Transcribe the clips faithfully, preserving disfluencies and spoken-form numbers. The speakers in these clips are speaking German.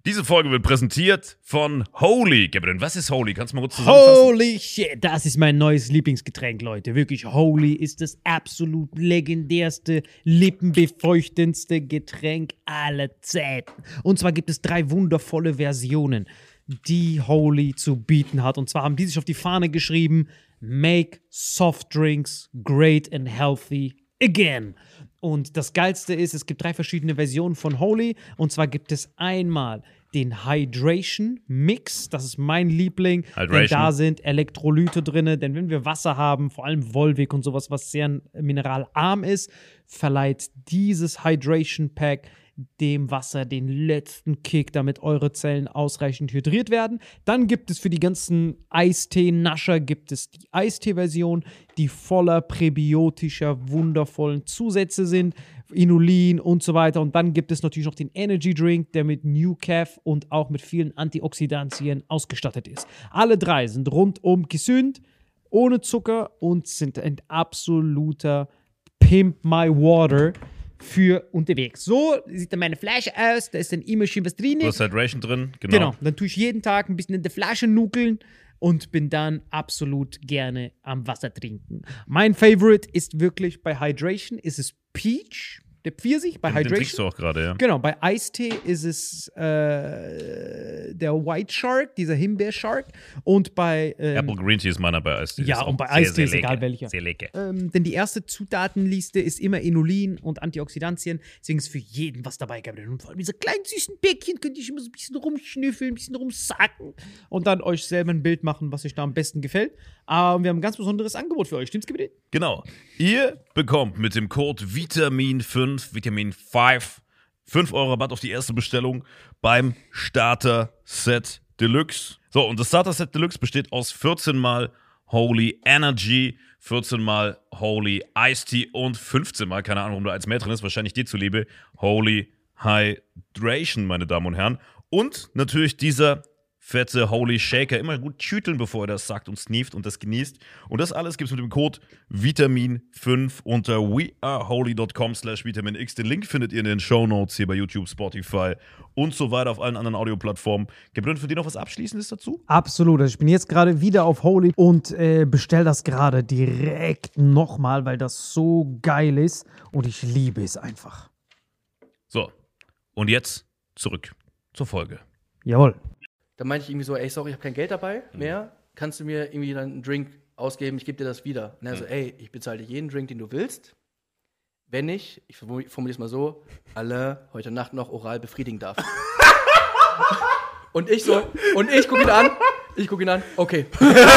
Diese Folge wird präsentiert von Holy. Gabriel, was ist Holy? Kannst du mal kurz zusammenfassen? Holy shit, das ist mein neues Lieblingsgetränk, Leute. Wirklich, Holy ist das absolut legendärste, lippenbefeuchtendste Getränk aller Zeiten. Und zwar gibt es drei wundervolle Versionen, die Holy zu bieten hat. Und zwar haben die sich auf die Fahne geschrieben: Make soft drinks great and healthy again. Und das Geilste ist, es gibt drei verschiedene Versionen von Holy. Und zwar gibt es einmal den Hydration Mix. Das ist mein Liebling. Hydration. Denn da sind Elektrolyte drin. Denn wenn wir Wasser haben, vor allem Volvic und sowas, was sehr mineralarm ist, verleiht dieses Hydration Pack dem Wasser den letzten Kick, damit eure Zellen ausreichend hydriert werden. Dann gibt es für die ganzen Eistee-Nascher gibt es die Eistee-Version, die voller präbiotischer, wundervollen Zusätze sind, Inulin und so weiter. Und dann gibt es natürlich noch den Energy Drink, der mit New Caf und auch mit vielen Antioxidantien ausgestattet ist. Alle drei sind rundum gesund, ohne Zucker und sind ein absoluter Pimp My Water für unterwegs. So sieht dann meine Flasche aus, da ist dann immer schön was drin. Du hast Hydration drin, genau. Genau, dann tue ich jeden Tag ein bisschen in der Flasche nuckeln und bin dann absolut gerne am Wasser trinken. Mein Favorite ist wirklich bei Hydration, ist es Peach, der Pfirsich bei Den, Hydration. den trinkst du auch gerade, ja. Genau, bei Eistee ist es äh, der White Shark, dieser Himbeer-Shark. Und bei ähm, Apple Green Tea ist meiner bei Eistee. Ja, Ist und auch bei sehr, Eistee sehr ist egal lecker. welcher. Sehr lecker. Ähm, denn die erste Zutatenliste ist immer Inulin und Antioxidantien. Deswegen ist für jeden was dabei, Gabriel. Und vor allem diese kleinen süßen Bäckchen könnt ihr immer so ein bisschen rumschnüffeln, ein bisschen rumsacken und dann euch selber ein Bild machen, was euch da am besten gefällt. Aber wir haben ein ganz besonderes Angebot für euch. Stimmt's, Gabriel? Genau. Ihr bekommt mit dem Code Vitamin fünf, Vitamin fünf, fünf Euro Rabatt auf die erste Bestellung beim Starter Set Deluxe. So, und das Starter Set Deluxe besteht aus vierzehn mal Holy Energy, vierzehn mal Holy Iced Tea und fünfzehn mal, keine Ahnung, warum da eins mehr drin ist, wahrscheinlich dir zuliebe, Holy Hydration, meine Damen und Herren. Und natürlich dieser fette Holy Shaker, immer gut schütteln, bevor er das sagt und sneeft und das genießt. Und das alles gibt es mit dem Code Vitamin fünf unter weareholy.com slash Vitamin X. Den Link findet ihr in den Shownotes hier bei YouTube, Spotify und so weiter auf allen anderen Audioplattformen. Gabriel, für dich noch was Abschließendes dazu? Absolut. Also ich bin jetzt gerade wieder auf Holy und äh, bestell das gerade direkt nochmal, weil das so geil ist und ich liebe es einfach. So, und jetzt zurück zur Folge. Jawohl. Da meinte ich irgendwie so, ey, sorry, ich habe kein Geld dabei mehr. Kannst du mir irgendwie dann einen Drink ausgeben? Ich gebe dir das wieder. Und er so, ey, ich bezahle dir jeden Drink, den du willst. Wenn ich, ich formuliere es mal so, alle heute Nacht noch oral befriedigen darf. Und ich so, und ich gucke ihn an, ich gucke ihn an, okay.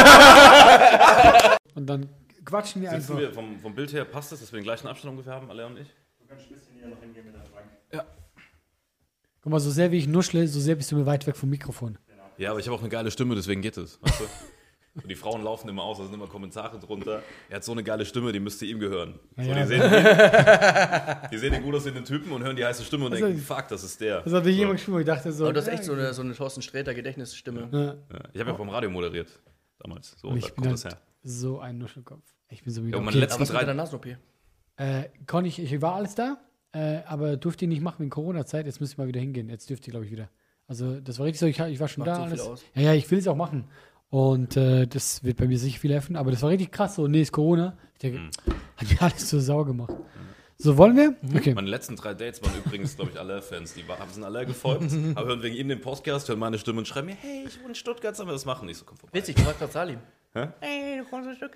Und dann quatschen wir einfach. Wir vom, vom Bild her passt das, dass wir den gleichen Abstand ungefähr haben, alle und ich? Du kannst ein bisschen hier noch hingehen mit der Frank. Ja. Guck mal, so sehr wie ich nuschle, so sehr bist du mir weit weg vom Mikrofon. Ja, aber ich habe auch eine geile Stimme, deswegen geht es. Weißt du? Und die Frauen laufen immer aus, da sind immer Kommentare drunter. Er hat so eine geile Stimme, die müsste ihm gehören. So, Ja. die, sehen den, die sehen den gut aussehenden Typen und hören die heiße Stimme und Also, denken, fuck, das ist der. Das hat mich so. jemand geschrieben, wo ich dachte so. Aber du hast ja, echt so eine, so eine Thorsten Sträter Gedächtnisstimme. Ja. Ja, ich habe ja vom Radio moderiert damals. So, Und da ich bin kommt das halt her. so ein Nuschelkopf. Ich bin so müde. Ja, und meine Okay, letzten Was mit drei- deiner Nasen-O P? äh, konnte ich, ich war alles da, äh, aber durfte ich nicht machen wegen Corona-Zeit. Jetzt müsste ich mal wieder hingehen. Jetzt dürfte ich, glaube ich, wieder. Also, das war richtig so. Ich, ich war schon Macht da. so viel alles. aus. Ja, ja, ich will es auch machen. Und äh, das wird bei mir sicher viel helfen. Aber das war richtig krass. So, nee, ist Corona. Ich denke, Mhm. hat mir alles zur Sau gemacht. So, wollen wir? Okay. Meine letzten drei Dates waren übrigens, glaube ich, alle Fans. Die war, sind alle gefolgt, aber hören wegen ihm den Podcast, hören meine Stimme und schreiben mir, hey, ich wohne in Stuttgart, sollen wir das machen? Ich so, komm vorbei. Witzig, du warst gerade Salim. Hä? Ey, du kommst ein Stück.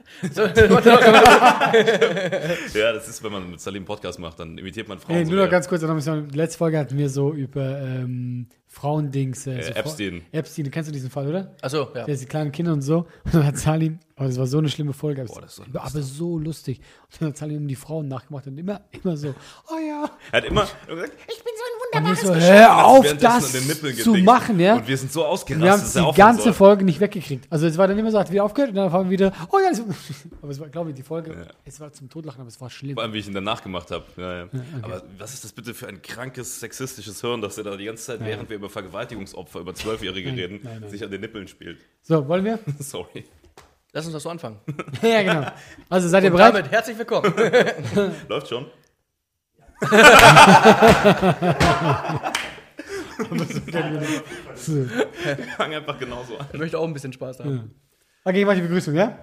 Ja, das ist, wenn man mit Salim einen Podcast macht, dann imitiert man Frauen. Hey, so nur noch sehr. ganz kurz, noch ein die letzte Folge hatten wir so über ähm, Frauendings. Äh, Äh, so Epstein. Frau- Epstein, du kennst du diesen Fall, oder? Achso, ja. Der ist die kleinen Kinder und so. Und dann hat Salim, oh, das war so eine schlimme Folge, Boah, das ist so ein aber, aber so lustig. Und dann hat Salim die Frauen nachgemacht und immer, immer so, oh ja. Er hat immer gesagt, Ich bin so ein Und wir wunderbares so, Geschöpf. hör auf, währenddessen das an den Nippeln zu gedingst. machen, ja. Und wir sind so ausgerastet, Wir haben dass es er die aufhören ganze soll. Folge nicht weggekriegt. Also es war dann immer so, hat wieder aufgehört und dann haben wir wieder, oh ja, das aber es war, glaube ich, die Folge, Ja. es war zum Totlachen, aber es war schlimm. Vor allem, wie ich ihn danach gemacht habe. Ja, ja. Aber was ist das bitte für ein krankes, sexistisches Hirn, dass er da die ganze Zeit, während wir über Vergewaltigungsopfer, über Zwölfjährige Nein, reden, nein, nein. sich an den Nippeln spielt. So, wollen wir? Sorry. Lass uns das so anfangen. Ja, genau. Also seid ihr Und bereit? damit herzlich willkommen. Läuft schon? So. Wir fangen einfach genauso an. Ich möchte auch ein bisschen Spaß haben. Ja. Okay, mach die Begrüßung, ja?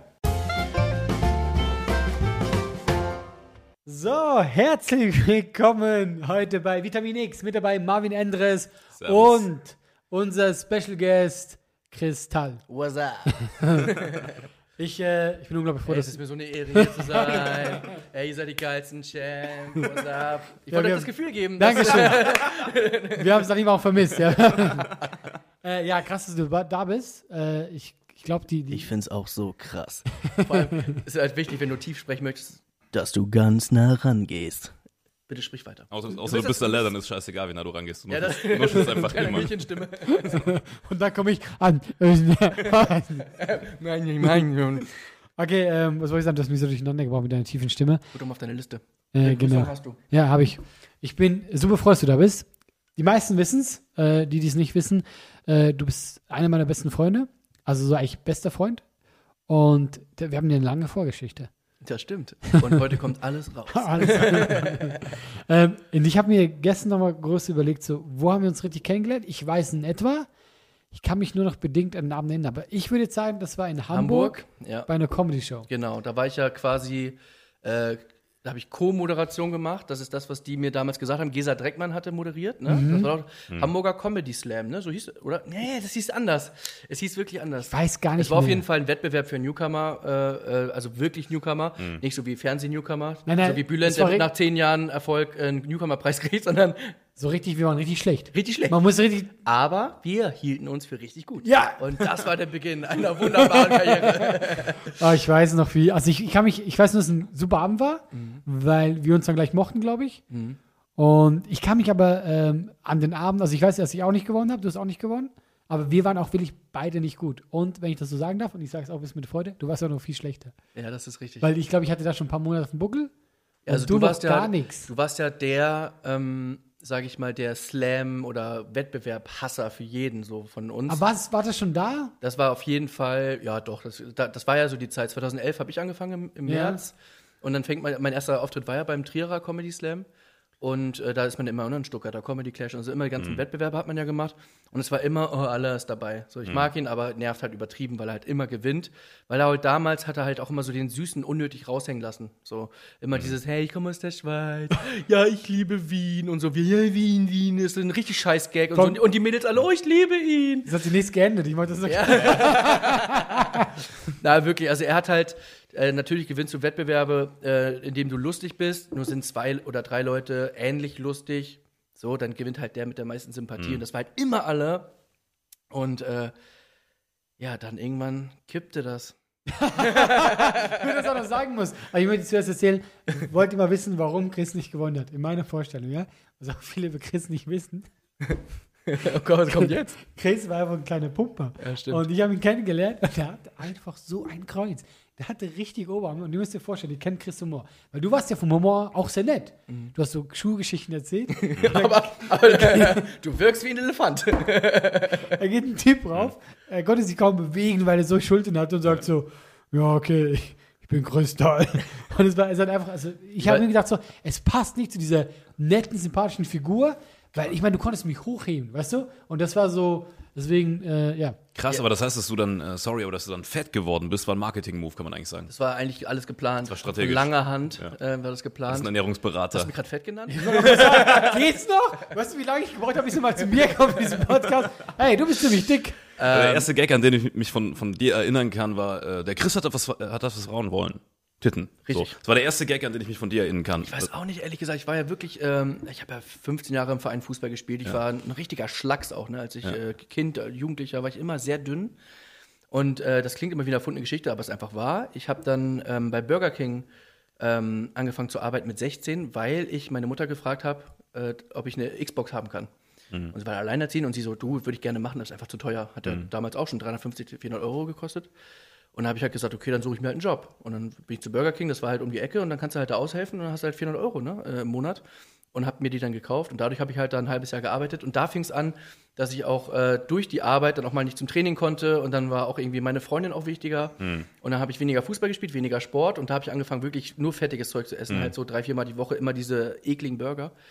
So, herzlich willkommen heute bei Vitamin X. Mit dabei Marvin Endres Servus. und unser Special Guest Kristall. What's up? Ich, äh, ich bin unglaublich froh, Ey, es dass ist mir so eine Ehre, hier zu sein. Ey, ihr seid die geilsten Champ. What's up? Ich Ja, wollte wir- euch das Gefühl geben. dass- Dankeschön. Wir haben es dann eben auch vermisst, ja. äh, ja, krass, dass du da bist. Äh, ich ich glaube, die, die Ich finde es auch so krass. Vor allem ist es halt wichtig, wenn du tief sprechen möchtest, dass du ganz nah rangehst. Bitte sprich weiter. Außer, außer du bist der Lehrer, dann ist scheißegal, wie nah du rangehst. Du Ja, das nuschelst nuschelst einfach Keine immer. Mädchenstimme. und dann komme ich an. Nein, nein, nein. Okay, ähm, was soll ich sagen? Du hast mich so durcheinander gebracht mit deiner tiefen Stimme. Gut, um auf deine Liste. Äh, Welchen genau. Song hast du? Ja, habe ich. Ich bin super froh, dass du da bist. Die meisten wissen es, äh, die, die es nicht wissen. Äh, du bist einer meiner besten Freunde. Also so eigentlich bester Freund. Und der, wir haben eine lange Vorgeschichte. Das stimmt. Und heute kommt alles raus. Alles. ähm, und ich habe mir gestern nochmal groß überlegt, so, wo haben wir uns richtig kennengelernt? Ich weiß in etwa. Ich kann mich nur noch bedingt an den Namen nennen, aber ich würde jetzt sagen, das war in Hamburg, Ja, bei einer Comedy-Show. genau. Da war ich ja quasi, äh, da habe ich Co-Moderation gemacht. Das ist das, was die mir damals gesagt haben. Gesa Dreckmann hatte moderiert. Ne? Mhm. Das war doch Hamburger Comedy Slam. Ne? So hieß es, oder? Nee, das hieß anders. Es hieß wirklich anders. Ich weiß gar nicht Es war auf mehr. jeden Fall ein Wettbewerb für Newcomer, äh, äh, also wirklich Newcomer. Nicht so wie Fernseh-Newcomer, Nein, nein, so wie Bülent, es war der ri- nach zehn Jahren Erfolg einen Newcomer-Preis kriegt, sondern So richtig, wir waren richtig schlecht. richtig schlecht. Man muss richtig. Aber wir hielten uns für richtig gut. Ja. Und das war der Beginn einer wunderbaren Karriere. Ah, ich weiß noch wie. Also ich, ich kann mich, ich weiß nur, dass es ein super Abend war, weil wir uns dann gleich mochten, glaube ich. Und ich kann mich aber ähm, an den Abend, also ich weiß, dass ich auch nicht gewonnen habe, du hast auch nicht gewonnen, aber wir waren auch wirklich beide nicht gut. Und wenn ich das so sagen darf, und ich sage es auch bis mit Freude, du warst auch noch viel schlechter. Ja, das ist richtig. Weil ich glaube, ich hatte da schon ein paar Monate auf dem Buckel. Und also du, du, noch warst ja gar nichts. Du warst ja der, ähm, sage ich mal, der Slam- oder Wettbewerb-Hasser für jeden so von uns. Aber was, war das schon da? Das war auf jeden Fall, ja doch, das, da- das war ja so die Zeit. zwanzig elf habe ich angefangen im, im Ja. März. Und dann fängt mein, mein erster Auftritt war ja beim Trierer Comedy Slam. Und äh, da ist man immer unter ein Stuttgarter Comedy Clash. Also immer die ganzen Wettbewerbe hat man ja gemacht. Und es war immer, oh, Allah ist dabei. So, ich mag ihn, aber nervt halt übertrieben, weil er halt immer gewinnt. Weil er halt damals hat er halt auch immer so den Süßen unnötig raushängen lassen. So immer dieses, hey, ich komme aus der Schweiz. Ja, ich liebe Wien. Und so, wie, ja, Wien, Wien ist ein richtig scheiß Gag. Und, so, Komm. und die Mädels alle, oh, ich liebe ihn. Das hat sich nichts geändert. Ich wollte das sagen. Na, wirklich, also er hat halt, äh, natürlich gewinnst du Wettbewerbe, äh, in denen du lustig bist, nur sind zwei oder drei Leute ähnlich lustig, so, dann gewinnt halt der mit der meisten Sympathie und das war halt immer alle und äh, ja, dann irgendwann kippte das. Ich würde das auch noch sagen muss. Aber ich möchte zuerst erzählen, ich wollte mal wissen, warum Chris nicht gewonnen hat. In meiner Vorstellung, ja. Was auch viele über Chris nicht wissen. Oh Gott, was kommt jetzt? Chris war einfach ein kleiner Pumper. Ja, stimmt. Und ich habe ihn kennengelernt und der hatte einfach so ein Kreuz. Der hatte richtig Oberarme. Und du musst dir vorstellen, ich kenne Chris Humor. Weil du warst ja vom Humor auch sehr nett. Du hast so Schulgeschichten erzählt. aber aber äh, du wirkst wie ein Elefant. Da geht ein Typ rauf. Er konnte sich kaum bewegen, weil er so Schultern hat und sagt so, ja, okay, ich, ich bin Kristall. Und es war es hat einfach, also ich habe Weil- mir gedacht so, es passt nicht zu dieser netten, sympathischen Figur, weil ich meine, du konntest mich hochheben, weißt du? Und das war so, deswegen, äh, ja. Krass, aber das heißt, dass du dann, äh, sorry, aber dass du dann fett geworden bist, war ein Marketing-Move, kann man eigentlich sagen. Das war eigentlich alles geplant. war strategisch. Von langer Hand Ja. äh, war das Das ist geplant. ein Ernährungsberater. Hast du mich gerade fett genannt? Geht's noch? Weißt du, wie lange ich gebraucht habe, bis du mal zu mir kommst in diesem Podcast? Hey, du bist ziemlich dick. der erste Gag, an den ich mich von, von dir erinnern kann, war, äh, der Chris hat etwas, hat etwas Frauen wollen. Titten. Richtig. So. Das war der erste Gag, an den ich mich von dir erinnern kann. Ich weiß auch nicht, ehrlich gesagt. Ich war ja wirklich, ähm, ich habe ja fünfzehn Jahre im Verein Fußball gespielt. Ich war ein richtiger Schlacks auch, ne? Als ich äh, Kind, äh, Jugendlicher war ich immer sehr dünn. Und äh, das klingt immer wie eine erfundene Geschichte, aber es ist einfach wahr. Ich habe dann ähm, bei Burger King ähm, angefangen zu arbeiten mit sechzehn, weil ich meine Mutter gefragt habe, äh, ob ich eine Xbox haben kann. Und sie war alleinerziehend und sie so, du, würde ich gerne machen, das ist einfach zu teuer. Hat ja damals auch schon dreihundertfünfzig, vierhundert Euro gekostet. Und dann habe ich halt gesagt, okay, dann suche ich mir halt einen Job. Und dann bin ich zu Burger King, das war halt um die Ecke und dann kannst du halt da aushelfen und dann hast du halt vierhundert Euro ne, äh, im Monat. Und habe mir die dann gekauft und dadurch habe ich halt da ein halbes Jahr gearbeitet. Und da fing es an, dass ich auch äh, durch die Arbeit dann auch mal nicht zum Training konnte und dann war auch irgendwie meine Freundin auch wichtiger. Und dann habe ich weniger Fußball gespielt, weniger Sport und da habe ich angefangen, wirklich nur fettiges Zeug zu essen, halt so drei, viermal die Woche immer diese ekligen Burger.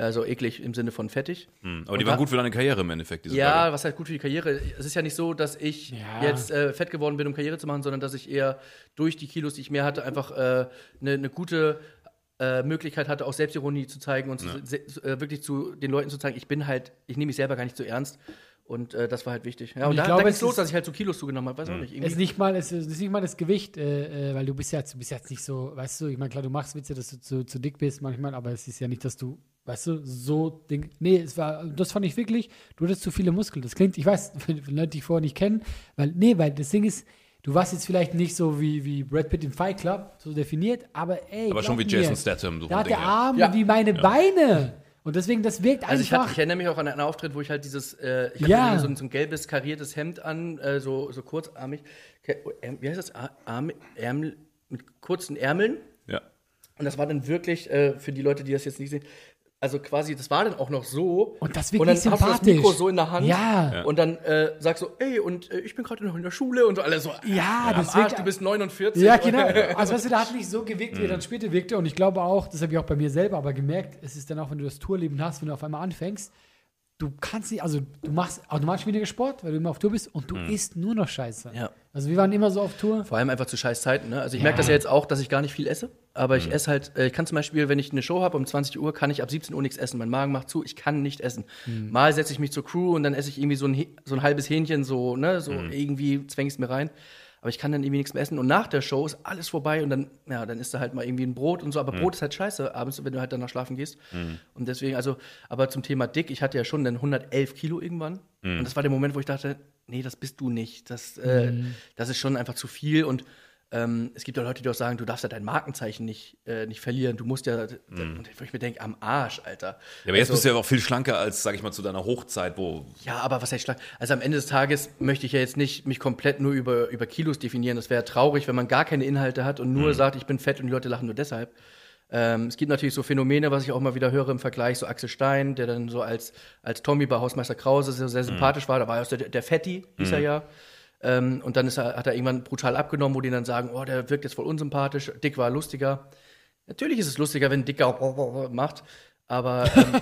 Also eklig im Sinne von fettig. Hm, aber die waren gut für deine Karriere im Endeffekt, diese Ja, Burger. was halt gut für die Karriere. Es ist ja nicht so, dass ich Ja. jetzt äh, fett geworden bin, um Karriere zu machen, sondern dass ich eher durch die Kilos, die ich mehr hatte, einfach eine äh, ne, ne gute äh, Möglichkeit hatte, auch Selbstironie zu zeigen und zu, se, äh, wirklich zu den Leuten zu zeigen, ich bin halt, ich nehme mich selber gar nicht so ernst. Und äh, das war halt wichtig. Ja, und, Und ich da, glaube, da ging's es los, ist- dass ich halt so Kilos zugenommen habe. Weiß auch nicht. Es ist Irgendwie. nicht mal, es ist nicht mal das Gewicht, äh, äh, weil du bist ja jetzt, du bist jetzt nicht so, weißt du, ich meine, klar, du machst Witze, dass du zu, zu dick bist manchmal, aber es ist ja nicht, dass du, weißt du, so Ding. Nee, es war, das fand ich wirklich, du hattest zu viele Muskeln. Das klingt, ich weiß, für Leute, die dich vorher nicht kennen, weil, nee, weil das Ding ist, du warst jetzt vielleicht nicht so wie, wie Brad Pitt im Fight Club, so definiert, aber ey, Aber schon wie glaub mir, Jason Statham. So der vom hat Ding der her. Arme Ja. wie meine Beine. Und deswegen, das wirkt Also ich, hatte, einfach. ich erinnere mich auch an einen Auftritt, wo ich halt dieses, äh, ich Ja. hatte so, ein- so ein gelbes kariertes Hemd an, äh, so, so kurzarmig, Ke- ähm, wie heißt das, Ar- Arm, Ärmel, mit kurzen Ärmeln. Ja. Und das war dann wirklich, äh, für die Leute, die das jetzt nicht sehen, also quasi, das war dann auch noch so. Und das Und wirklich dann hast du das sympathisch. Mikro so in der Hand. Ja. Ja. Und dann äh, sagst du, ey, und äh, ich bin gerade noch in der Schule und so alle so, Ja, am das Arsch, wirkt- du bist neunundvierzig. Ja, genau. Also, weißt du, der hat nicht so gewirkt, wie er dann später wirkte. Und ich glaube auch, das habe ich auch bei mir selber aber gemerkt, es ist dann auch, wenn du das Tourleben hast, wenn du auf einmal anfängst, du kannst nicht, also du machst automatisch weniger Sport, weil du immer auf Tour bist und du isst nur noch Scheiße. Ja. Also wir waren immer so auf Tour. Vor allem einfach zu scheiß Zeiten. Ne? Also ich Ja. merke das ja jetzt auch, dass ich gar nicht viel esse. Aber ich esse halt, äh, ich kann zum Beispiel, wenn ich eine Show habe um zwanzig Uhr, kann ich ab siebzehn Uhr nichts essen. Mein Magen macht zu, ich kann nicht essen. Mal setze ich mich zur Crew und dann esse ich irgendwie so ein, He- so ein halbes Hähnchen, so, ne, so irgendwie zwänge ich es mir rein. Aber ich kann dann irgendwie nichts mehr essen. Und nach der Show ist alles vorbei und dann, ja, dann isst du halt mal irgendwie ein Brot und so. Aber Brot ist halt scheiße abends, wenn du halt danach schlafen gehst. Und deswegen, also, aber zum Thema dick, ich hatte ja schon dann hundertelf Kilo irgendwann. Und das war der Moment, wo ich dachte, nee, das bist du nicht. Das, äh, das ist schon einfach zu viel. Und ähm, es gibt ja Leute, die auch sagen, du darfst ja dein Markenzeichen nicht, äh, nicht verlieren. Du musst ja, und wo ich mir denke, am Arsch, Alter. Ja, aber jetzt Also- bist du ja auch viel schlanker als, sag ich mal, zu deiner Hochzeit, wo. Ja, aber was heißt schlank? Also am Ende des Tages möchte ich ja jetzt nicht mich komplett nur über, über Kilos definieren. Das wäre traurig, wenn man gar keine Inhalte hat und nur sagt, ich bin fett und die Leute lachen nur deshalb. Ähm, es gibt natürlich so Phänomene, was ich auch mal wieder höre im Vergleich, so Axel Stein, der dann so als, als Tommy bei Hausmeister Krause sehr, sehr sympathisch war. Da war er der, der Fetti, hieß er ja. Ähm, und dann ist er, hat er irgendwann brutal abgenommen, wo die dann sagen, oh, der wirkt jetzt voll unsympathisch, Dick war lustiger. Natürlich ist es lustiger, wenn Dicker auch macht, aber ähm,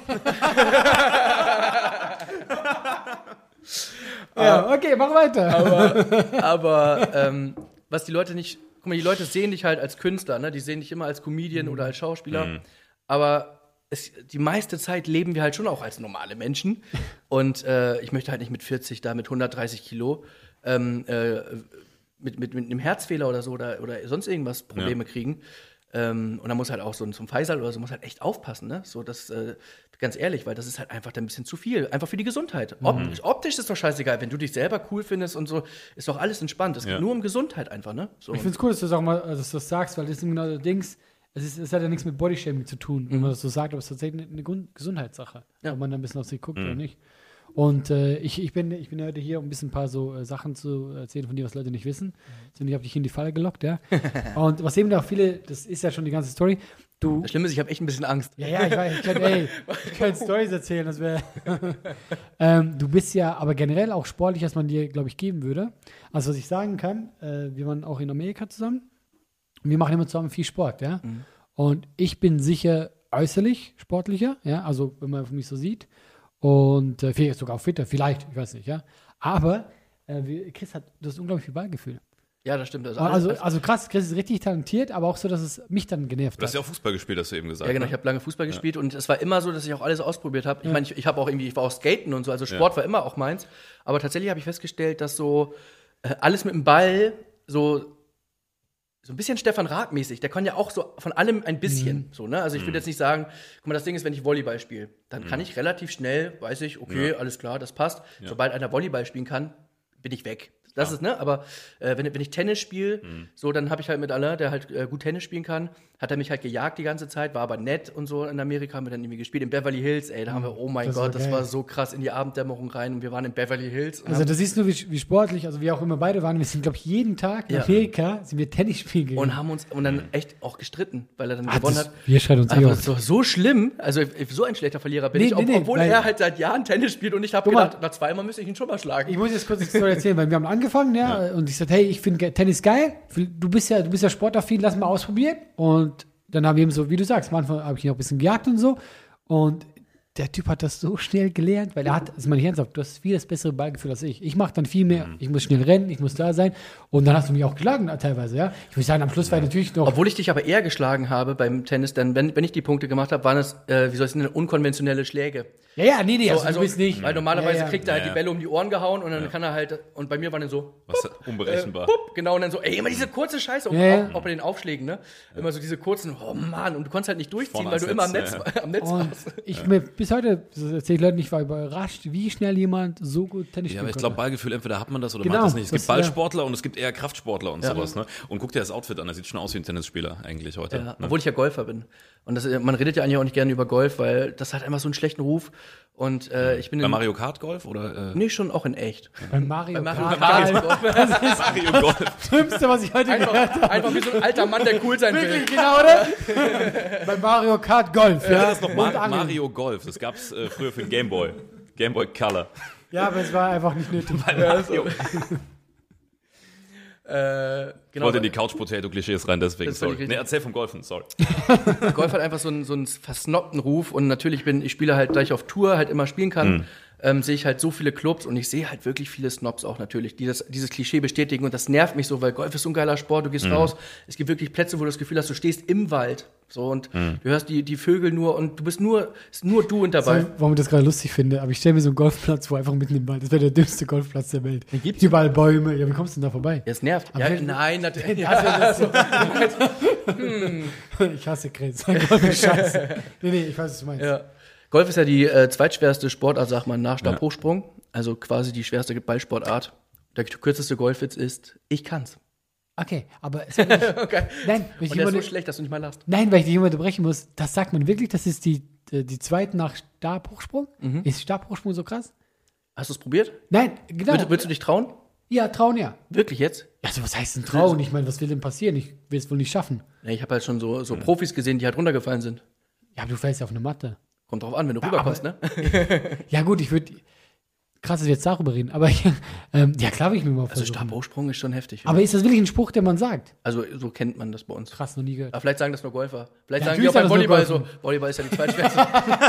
Ja, okay, mach weiter. Aber ähm, was die Leute nicht, guck mal, die Leute sehen dich halt als Künstler, ne? Die sehen dich immer als Comedian oder als Schauspieler. Aber es, die meiste Zeit leben wir halt schon auch als normale Menschen. Und äh, ich möchte halt nicht mit vierzig da mit hundertdreißig Kilo ähm, äh, mit, mit, mit einem Herzfehler oder so oder, oder sonst irgendwas Probleme kriegen. Ähm, und dann muss halt auch so ein zum Faisal oder so muss halt echt aufpassen, ne? So, das, äh, ganz ehrlich, weil das ist halt einfach dann ein bisschen zu viel. Einfach für die Gesundheit. Optisch, optisch ist doch scheißegal, wenn du dich selber cool findest und so, ist doch alles entspannt. Es Ja. geht nur um Gesundheit einfach, ne? So. Ich finde es cool, dass du das auch mal, dass du das sagst, weil das ist genau das Ding. Es, ist, es hat ja nichts mit Bodyshaming zu tun, wenn man das so sagt, aber es ist tatsächlich eine, eine Gun- Gesundheitssache, Ja. ob man da ein bisschen auf sich guckt oder nicht. Und äh, ich, ich, bin, ich bin heute hier, um ein bisschen ein paar so äh, Sachen zu erzählen von dir, was Leute nicht wissen. Deswegen ich habe dich in die Falle gelockt, ja. Und was eben auch viele, das ist ja schon die ganze Story, du, Das Schlimme ist, ich habe echt ein bisschen Angst. ja, ja, ich weiß, ich könnte, ey, ich könnte Storys erzählen, das wäre. ähm, du bist ja aber generell auch sportlich, als man dir, glaube ich, geben würde. Also, was ich sagen kann, äh, wir waren auch in Amerika zusammen und wir machen immer zusammen viel Sport, ja. Und ich bin sicher äußerlich sportlicher, ja, also wenn man mich so sieht. Und äh, vielleicht sogar auch fitter, vielleicht, ich weiß nicht, ja. Aber äh, wie- Chris hat, du hast unglaublich viel Ballgefühl. Ja, das stimmt. Also, Also, alles- also krass, Chris ist richtig talentiert, aber auch so, dass es mich dann genervt Du hast hat. ja auch Fußball gespielt, hast du eben gesagt. ja, genau, ne? ich habe lange Fußball gespielt und es war immer so, dass ich auch alles ausprobiert habe. Ich meine, ich, ich habe auch irgendwie, ich war auch Skaten und so, also Sport war immer auch meins. Aber tatsächlich habe ich festgestellt, dass so äh, alles mit dem Ball so so ein bisschen Stefan Raab-mäßig, der kann ja auch so von allem ein bisschen, so, ne? Also ich würde jetzt nicht sagen, guck mal, das Ding ist, wenn ich Volleyball spiele, dann kann ich relativ schnell, weiß ich, okay, alles klar, das passt. Sobald einer Volleyball spielen kann, bin ich weg. Das ist, ne, aber äh, wenn, wenn ich Tennis spiele, so, dann habe ich halt mit Alain, der halt äh, gut Tennis spielen kann, hat er mich halt gejagt die ganze Zeit, war aber nett und so in Amerika, haben wir dann irgendwie gespielt. In Beverly Hills, ey, da haben wir, oh mein Das Gott, war das geil. war so krass in die Abenddämmerung rein und wir waren in Beverly Hills. Und Also haben, das siehst du, wie, wie sportlich, also wie auch immer beide waren. Wir sind, glaube ich, jeden Tag in Ja. Amerika sind wir Tennis spielen gegangen. und haben uns und dann echt auch gestritten, weil er dann Ah, gewonnen das- hat. wir schreien uns eh Aber oft. so, so schlimm, also ich- so ein schlechter Verlierer bin Nee, ich, ob, nee, nee, obwohl weil- er halt seit Jahren Tennis spielt und ich habe Guck mal. gedacht, na zweimal müsste ich ihn schon mal schlagen. Ich muss jetzt kurz die Story erzählen, weil wir haben angefangen, ja, und ich sagte, hey, ich finde Tennis geil. Du bist ja, du bist ja sportaffin, lass mal ausprobieren. Und dann haben wir eben so, wie du sagst, am Anfang habe ich ihn auch ein bisschen gejagt und so. Und der Typ hat das so schnell gelernt, weil er hat, also mein ernsthaft, du hast viel das bessere Ballgefühl als ich. Ich mache dann viel mehr, ich muss schnell rennen, ich muss da sein und dann hast du mich auch geschlagen teilweise, ja. Ich würde sagen, am Schluss war ich natürlich noch... Obwohl ich dich aber eher geschlagen habe beim Tennis, denn wenn, wenn ich die Punkte gemacht habe, waren es, äh, wie soll ich es nennen, unkonventionelle Schläge. Ja, ja, nee, nee, So, also, also, du bist nicht... Weil normalerweise Ja, ja. kriegt er halt Ja, die ja. Bälle um die Ohren gehauen und dann kann er halt, und bei mir war dann so, Was pup, unberechenbar. Äh, pup, genau, und dann so, ey, immer diese kurze Scheiße, auch, Ja, ja. auch, auch bei den Aufschlägen, ne? Immer so diese kurzen, oh Mann, und du konntest halt nicht durchziehen, Vorne weil du ans immer am Netz, Netz, am Netz Und warst. ich mir bis heute, das erzähle ich Leuten, ich war überrascht, wie schnell jemand so gut Tennis Ja, spielen aber ich glaube, konnte. Ballgefühl, entweder hat man das oder Genau, man hat das nicht. Es das- gibt Ballsportler und es gibt eher Kraftsportler und Ja. sowas. Ne? Und guck dir das Outfit an, das sieht schon aus wie ein Tennisspieler eigentlich heute. Ja, ne? obwohl ich ja Golfer bin. Und das, man redet ja eigentlich auch nicht gerne über Golf, weil das hat einfach so einen schlechten Ruf. Und äh, ich bin Bei in, Mario Kart Golf oder? Äh, nee, schon auch in echt. Bei Mario, Bei Mario Kart, Kart. das Mario Golf. Schlimmste, was ich heute gehört habe. Einfach, einfach wie so ein alter Mann, der cool sein will. Wirklich, genau, oder? Bei Mario Kart Golf, ja. Das ist noch Und Mar Angeln. Mario Golf. Das gab es äh, früher für den Game Boy. Game Boy Color. Ja, aber es war einfach nicht nötig. Mario. Äh, Ich genau, wollte in die Couch-Potato-Klischees rein, deswegen, Das finde sorry. ich Nee, richtig. erzähl vom Golfen, sorry. Golf hat einfach so einen, so einen versnobten Ruf und natürlich bin ich spiele halt, da ich auf Tour halt immer spielen kann, ähm, sehe ich halt so viele Clubs und ich sehe halt wirklich viele Snobs auch natürlich, die das, dieses Klischee bestätigen und das nervt mich so, weil Golf ist so ein geiler Sport, du gehst raus, es gibt wirklich Plätze, wo du das Gefühl hast, du stehst im Wald so und du hörst die, die Vögel nur und du bist nur, ist nur du und dabei. Warum ich das gerade lustig finde, aber ich stelle mir so einen Golfplatz vor, einfach mitten im Wald. Das wäre der dümmste Golfplatz der Welt. gibt's? Überall Bäume. Ja, wie kommst du denn da vorbei? Ja, es nervt. Aber Ja, wenn- nein, natürlich. Das ist das so. Ich hasse Grenz. Golf ist scheiße. Nee, nee, ich weiß, was du meinst. Ja. Golf ist ja die äh, zweitschwerste Sportart, sagt man, nach Stabhochsprung. Also quasi die schwerste Ballsportart. Der kürzeste Golfwitz ist, ich kann's. Okay, aber es ist nicht, Okay. nein, wenn ich Und der ist so jemanden, schlecht, dass du nicht mal lachst. nein, weil ich dich immer unterbrechen muss, das sagt man wirklich, das ist die, äh, die zweite nach Stabhochsprung? Mhm. Ist Stabhochsprung so krass? Hast du es probiert? Nein, genau. Würdest, würdest du dich trauen? Ja, trauen ja. Wirklich jetzt? Also was heißt denn trauen? Ich meine, was will denn passieren? Ich will es wohl nicht schaffen. Ja, ich habe halt schon so, so Profis gesehen, die halt runtergefallen sind. Ja, aber du fällst ja auf eine Matte. Kommt drauf an, wenn du rüberkommst, ne? Ja gut, ich würde, krass, dass wir jetzt darüber reden, aber ich, ähm, ja klar will ich mir mal Also versuchen. Stabhochsprung ist schon heftig. Aber ist das wirklich ein Spruch, den man sagt? also so kennt man das bei uns. Krass, noch nie gehört. Aber vielleicht sagen das nur Golfer. Vielleicht Ja, sagen die auch natürlich beim sagen das nur Volleyball so, Volleyball ist ja die zweitschwerste.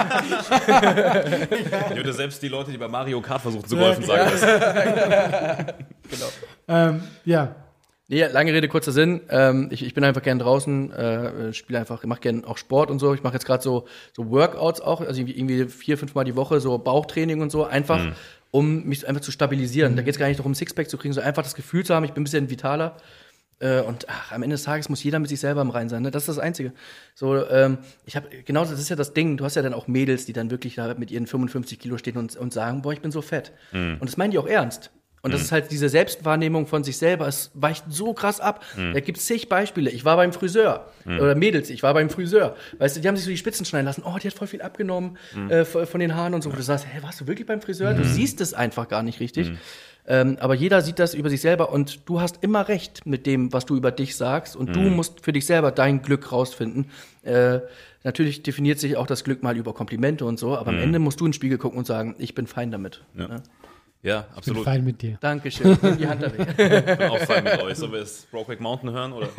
Ich würde selbst die Leute, die bei Mario Kart versuchen zu golfen, sagen das. Ähm, ja, Nee, lange Rede, kurzer Sinn. Ähm, ich, ich bin einfach gern draußen, äh, spiele einfach, mache gern auch Sport und so. Ich mache jetzt gerade so, so Workouts auch, also irgendwie, irgendwie vier, fünf Mal die Woche, so Bauchtraining und so, einfach, um mich einfach zu stabilisieren. Da geht es gar nicht darum, Sixpack zu kriegen, sondern einfach das Gefühl zu haben, ich bin ein bisschen vitaler. Äh, und ach, am Ende des Tages muss jeder mit sich selber im Reinen sein. Ne? Das ist das Einzige. So, ähm, ich habe genau das ist ja das Ding. Du hast ja dann auch Mädels, die dann wirklich da mit ihren fünfundfünfzig Kilo stehen und, und sagen, boah, ich bin so fett. Und das meinen die auch ernst. Und das ist halt diese Selbstwahrnehmung von sich selber. Es weicht so krass ab. Da gibt es zig Beispiele. Ich war beim Friseur. Oder Mädels, ich war beim Friseur. Weißt du, die haben sich so die Spitzen schneiden lassen. Oh, die hat voll viel abgenommen äh, von von den Haaren und so. Wo du sagst, hä, warst du wirklich beim Friseur? Du siehst es einfach gar nicht richtig. Ähm, aber jeder sieht das über sich selber und du hast immer recht mit dem, was du über dich sagst. Und du musst für dich selber dein Glück rausfinden. Äh, natürlich definiert sich auch das Glück mal über Komplimente und so. Aber am Ende musst du in den Spiegel gucken und sagen, ich bin fein damit. Ja. Ne? Ja, ich bin absolut. fein mit dir. Dankeschön. Nimm die Hand da weg. Ich bin auch fein mit euch. Sollen wir jetzt Brokeback Mountain hören? Oder?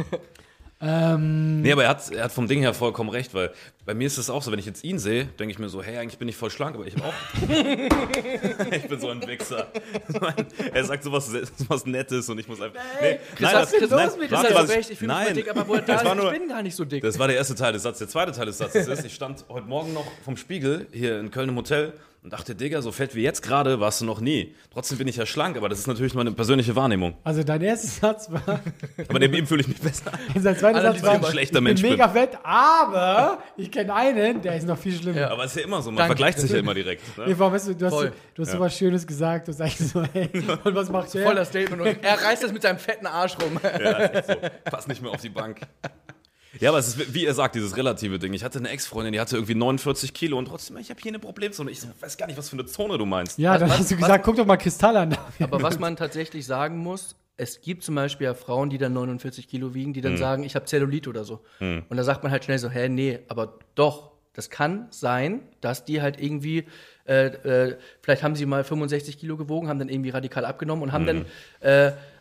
Ähm, Nee, aber er hat, er hat vom Ding her vollkommen recht, weil bei mir ist es auch so, wenn ich jetzt ihn sehe, denke ich mir so, hey, eigentlich bin ich voll schlank, aber ich habe auch. Ich bin so ein Wichser. Er sagt sowas, sowas Nettes und ich muss einfach. Nee, Chris, nein, hast du nein, los mit warte, dir? was- recht, ich fühle mich nein, mal dick, aber wo er da das ist, war nur- ich bin gar nicht so dick. Das war der erste Teil des Satzes. Der zweite Teil des Satzes ist, ich stand heute Morgen noch vom Spiegel hier in Köln im Hotel und dachte, Digga, so fett wie jetzt gerade warst du noch nie. Trotzdem bin ich ja schlank, aber das ist natürlich meine persönliche Wahrnehmung. also dein erster Satz war, Aber neben ihm fühle ich mich besser. sein zweiter Alle, Satz die war, ein schlechter ich Mensch bin mega fett, aber ich kenne einen, der ist noch viel schlimmer. Aber es ist ja immer so, man Danke. vergleicht sich ja immer direkt. Nee, Ne? warum, weißt du, du hast, Voll. du hast so was Schönes gesagt, du sagst so, hey, und was macht der? Voll das Statement. Und er reißt das mit seinem fetten Arsch rum. Ja, ist echt so. Passt nicht mehr auf die Bank. Ja, aber es ist, wie ihr sagt, dieses relative Ding. Ich hatte eine Ex-Freundin, die hatte irgendwie neunundvierzig Kilo und trotzdem, ich habe hier eine Problemzone. Ich so, weiß gar nicht, was für eine Zone du meinst. Ja, dann Was- hast du was- gesagt, guck doch mal Kristall an. Aber was man tatsächlich sagen muss, es gibt zum Beispiel ja Frauen, die dann neunundvierzig Kilo wiegen, die dann sagen, ich habe Zellulit oder so. Und da sagt man halt schnell so, hä, nee, aber doch, das kann sein, dass die halt irgendwie, äh, äh, vielleicht haben sie mal fünfundsechzig Kilo gewogen, haben dann irgendwie radikal abgenommen und haben dann äh,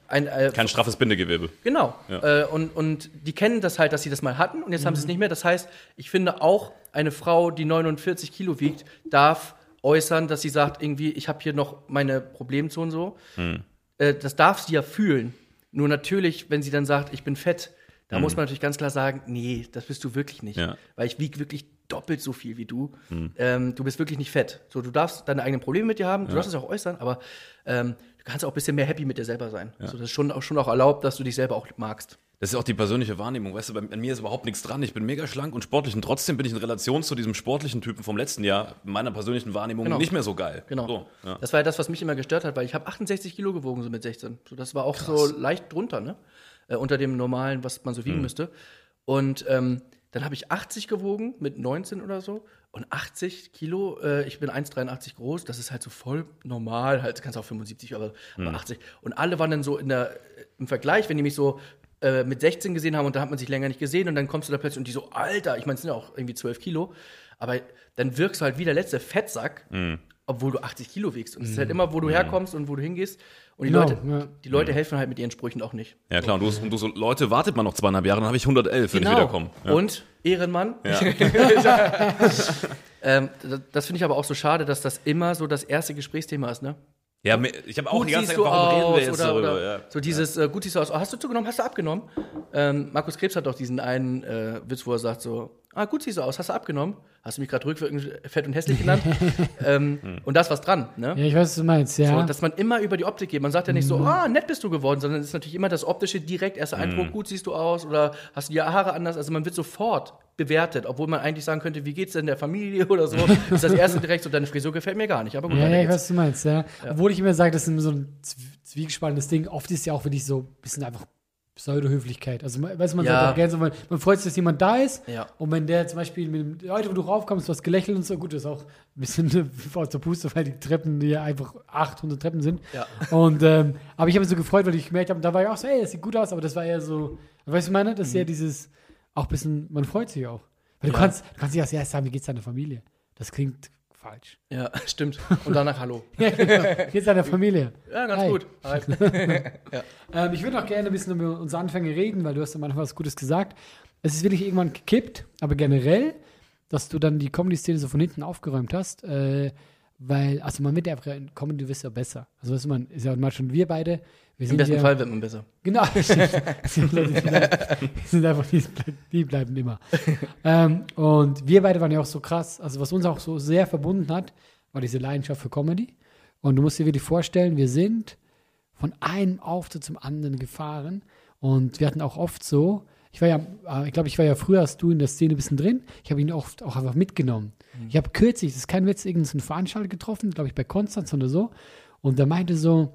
ein äh, Kein straffes Bindegewebe. Genau. Ja. Äh, und, und die kennen das halt, dass sie das mal hatten und jetzt Mhm. haben sie es nicht mehr. Das heißt, ich finde auch, eine Frau, die neunundvierzig Kilo wiegt, darf äußern, dass sie sagt, irgendwie, ich habe hier noch meine Problemzonen so. Hm. Äh, das darf sie ja fühlen. Nur natürlich, wenn sie dann sagt, ich bin fett, da Hm. muss man natürlich ganz klar sagen, nee, das bist du wirklich nicht. Ja. Weil ich wiege wirklich doppelt so viel wie du. Ähm, du bist wirklich nicht fett. So, du darfst deine eigenen Probleme mit dir haben, du darfst es auch äußern, aber ähm, du kannst auch ein bisschen mehr happy mit dir selber sein. Also das ist schon auch, schon auch erlaubt, dass du dich selber auch magst. Das ist auch die persönliche Wahrnehmung. Weißt du, bei, bei mir ist überhaupt nichts dran. Ich bin mega schlank und sportlich und trotzdem bin ich in Relation zu diesem sportlichen Typen vom letzten Jahr in meiner persönlichen Wahrnehmung Genau. nicht mehr so geil. Genau. So, ja. Das war ja das, was mich immer gestört hat, weil ich habe achtundsechzig Kilo gewogen so mit sechzehn. So, das war auch so leicht drunter, ne? Äh, unter dem normalen, was man so wiegen müsste. Und ähm, dann habe ich achtzig gewogen mit neunzehn oder so. Und achtzig Kilo, äh, ich bin eins Komma dreiundachtzig groß, das ist halt so voll normal, halt kannst auch fünfundsiebzig, aber, aber achtzig. Und alle waren dann so in der, im Vergleich, wenn die mich so äh, mit sechzehn gesehen haben und da hat man sich länger nicht gesehen und dann kommst du da plötzlich und die so, Alter, ich meine, es sind ja auch irgendwie zwölf Kilo, aber dann wirkst du halt wie der letzte Fettsack, obwohl du achtzig Kilo wiegst. Und es ist halt immer, wo du herkommst und wo du hingehst. Und die Genau, Leute, ja. die Leute helfen halt mit ihren Sprüchen auch nicht. Ja klar, und du, und du so, Leute, wartet mal noch zweieinhalb Jahre, dann habe ich hundertelf, wenn ich wiederkomme. Ja. Und Ehrenmann. Ja. ähm, das das finde ich aber auch so schade, dass das immer so das erste Gesprächsthema ist, ne? Ja, mir- ich habe auch Gut die ganze siehst Zeit, du warum reden aus wir jetzt oder, darüber? oder Ja. so dieses äh, gut siehst du aus. Oh, hast du zugenommen? Hast du abgenommen? Ähm, Markus Krebs hat doch diesen einen äh, Witz, wo er sagt so, ah, gut siehst du aus, hast du abgenommen? Hast du mich gerade rückwirkend fett und hässlich genannt? ähm, und da ist was dran, ne? Ja, ich weiß, was du meinst, ja. So, dass man immer über die Optik geht. Man sagt ja nicht so, ah, nett bist du geworden, sondern es ist natürlich immer das optische, direkt erster Eindruck, gut siehst du aus oder hast du die Haare anders. Also man wird sofort bewertet, obwohl man eigentlich sagen könnte, wie geht's denn der Familie oder so. Ist das erste direkt so, deine Frisur gefällt mir gar nicht. Aber gut, Ja, weiter ja, ich geht's. weiß, was du meinst, ja. Obwohl ich immer sage, das ist so ein zw- zwiegespaltenes Ding. Oft ist ja auch wirklich so ein bisschen einfach Pseudo-Höflichkeit. Also, man- weißt du, man Ja. sagt auch gerne so, man, man freut sich, dass jemand da ist. Ja. Und wenn der zum Beispiel mit dem, heute, wo du raufkommst, du hast gelächelt und so, gut, das ist auch ein bisschen aus der Puste, weil die Treppen hier einfach achthundert Treppen sind. Ja. Und, ähm, aber ich habe mich so gefreut, weil ich gemerkt habe, da war ich auch so, ey, das sieht gut aus, aber das war eher so, weißt du, was ich meine? Das ist ja dieses, auch ein bisschen, man freut sich auch. Weil du Ja. kannst, du kannst nicht als erstes sagen, wie geht's deiner Familie? Das klingt falsch. Ja, stimmt. Und danach Hallo. Ja, genau. Wie geht's deiner Familie? Ja, ganz Hi. gut. Hi. Ähm, ich würde auch gerne ein bisschen über unsere Anfänge reden, weil du hast am Anfang was Gutes gesagt. Es ist wirklich irgendwann gekippt, aber generell, dass du dann die Comedy-Szene so von hinten aufgeräumt hast, äh, weil, also man wird ja einfach in Comedy, du wirst ja besser. Also weißt du, man ist ja mal schon wir beide. Wir Im sind besten ja, Fall wird man besser. Genau, stimmt. Die Leute, die bleiben- die sind einfach, die, die bleiben immer. ähm, und wir beide waren ja auch so krass, also was uns auch so sehr verbunden hat, war diese Leidenschaft für Comedy. Und du musst dir wirklich vorstellen, wir sind von einem Auftritt zum anderen gefahren und wir hatten auch oft so, ich war ja, äh, ich glaube, ich war ja früher als du in der Szene ein bisschen drin, ich habe ihn oft auch einfach mitgenommen. Ich habe kürzlich, das ist kein Witz, irgendeinen Veranstalter getroffen, glaube ich bei Konstanz oder so, und der meinte so,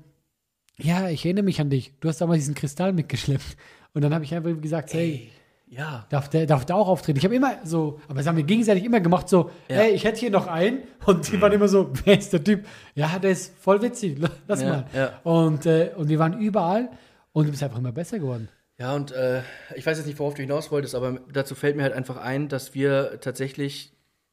ja, ich erinnere mich an dich. Du hast damals diesen Kristall mitgeschleppt. Und dann habe ich einfach gesagt, hey, Ja. darf der, darf der auch auftreten? Ich habe immer so, aber das haben wir gegenseitig immer gemacht, so, Ja. hey, ich hätte hier noch einen. Und die waren immer so, wer ist der Typ? Ja, der ist voll witzig, lass Ja, mal. ja. Und, äh, und wir waren überall und du bist einfach immer besser geworden. Ja, und äh, ich weiß jetzt nicht, worauf du hinaus wolltest, aber dazu fällt mir halt einfach ein, dass wir tatsächlich,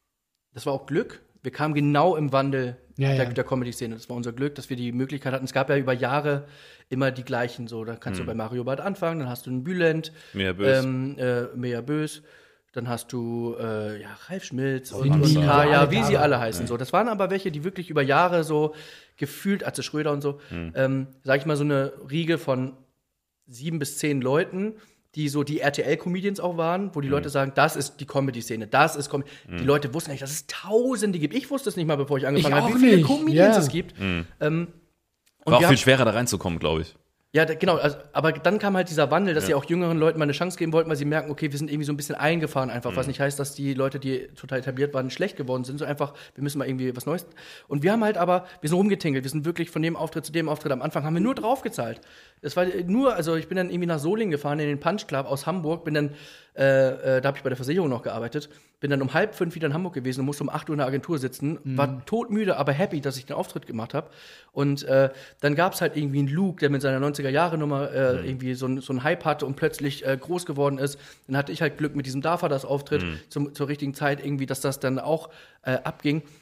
das war auch Glück, wir kamen genau im Wandel Ja, der, ja. der Comedy-Szene. Das war unser Glück, dass wir die Möglichkeit hatten. Es gab ja über Jahre immer die gleichen. So, da kannst du bei Mario Barth anfangen, dann hast du einen Bülent, Mea Bös. ähm, äh, Mea Bös, dann hast du äh, ja, Ralf Schmitz und, Sinti, und Kaya, alle wie da sie waren. alle heißen. So, das waren aber welche, die wirklich über Jahre so gefühlt, Atze Schröder und so, ähm, sag ich mal, so eine Riege von sieben bis zehn Leuten, die so die R T L-Comedians auch waren, wo die Leute sagen, das ist die Comedy-Szene, das ist Comedy. Die Leute wussten nicht, dass es Tausende gibt. Ich wusste es nicht mal, bevor ich angefangen Ich habe, auch wie viele nicht. Comedians Ja. es gibt. Ähm, und War auch wir viel haben- schwerer, da reinzukommen, glaube ich. ja, da, genau, also, aber dann kam halt dieser Wandel, dass sie auch jüngeren Leuten mal eine Chance geben wollten, weil sie merken, okay, wir sind irgendwie so ein bisschen eingefahren einfach, was nicht heißt, dass die Leute, die total etabliert waren, schlecht geworden sind, so einfach, wir müssen mal irgendwie was Neues. Und wir haben halt aber, wir sind rumgetingelt, wir sind wirklich von dem Auftritt zu dem Auftritt, am Anfang haben wir nur draufgezahlt. Das war nur, also ich bin dann irgendwie nach Solingen gefahren, in den Punch Club aus Hamburg, bin dann, äh, äh, da habe ich bei der Versicherung noch gearbeitet, bin dann um halb fünf wieder in Hamburg gewesen und musste um acht Uhr in der Agentur sitzen, war todmüde, aber happy, dass ich den Auftritt gemacht habe. Und äh, dann gab es halt irgendwie einen Luke, der mit seiner neunziger-Jahre-Nummer äh, irgendwie so, ein- so einen Hype hatte und plötzlich äh, groß geworden ist. Dann hatte ich halt Glück mit diesem Dafa das Auftritt zum, zur richtigen Zeit irgendwie, dass das dann auch äh, abging.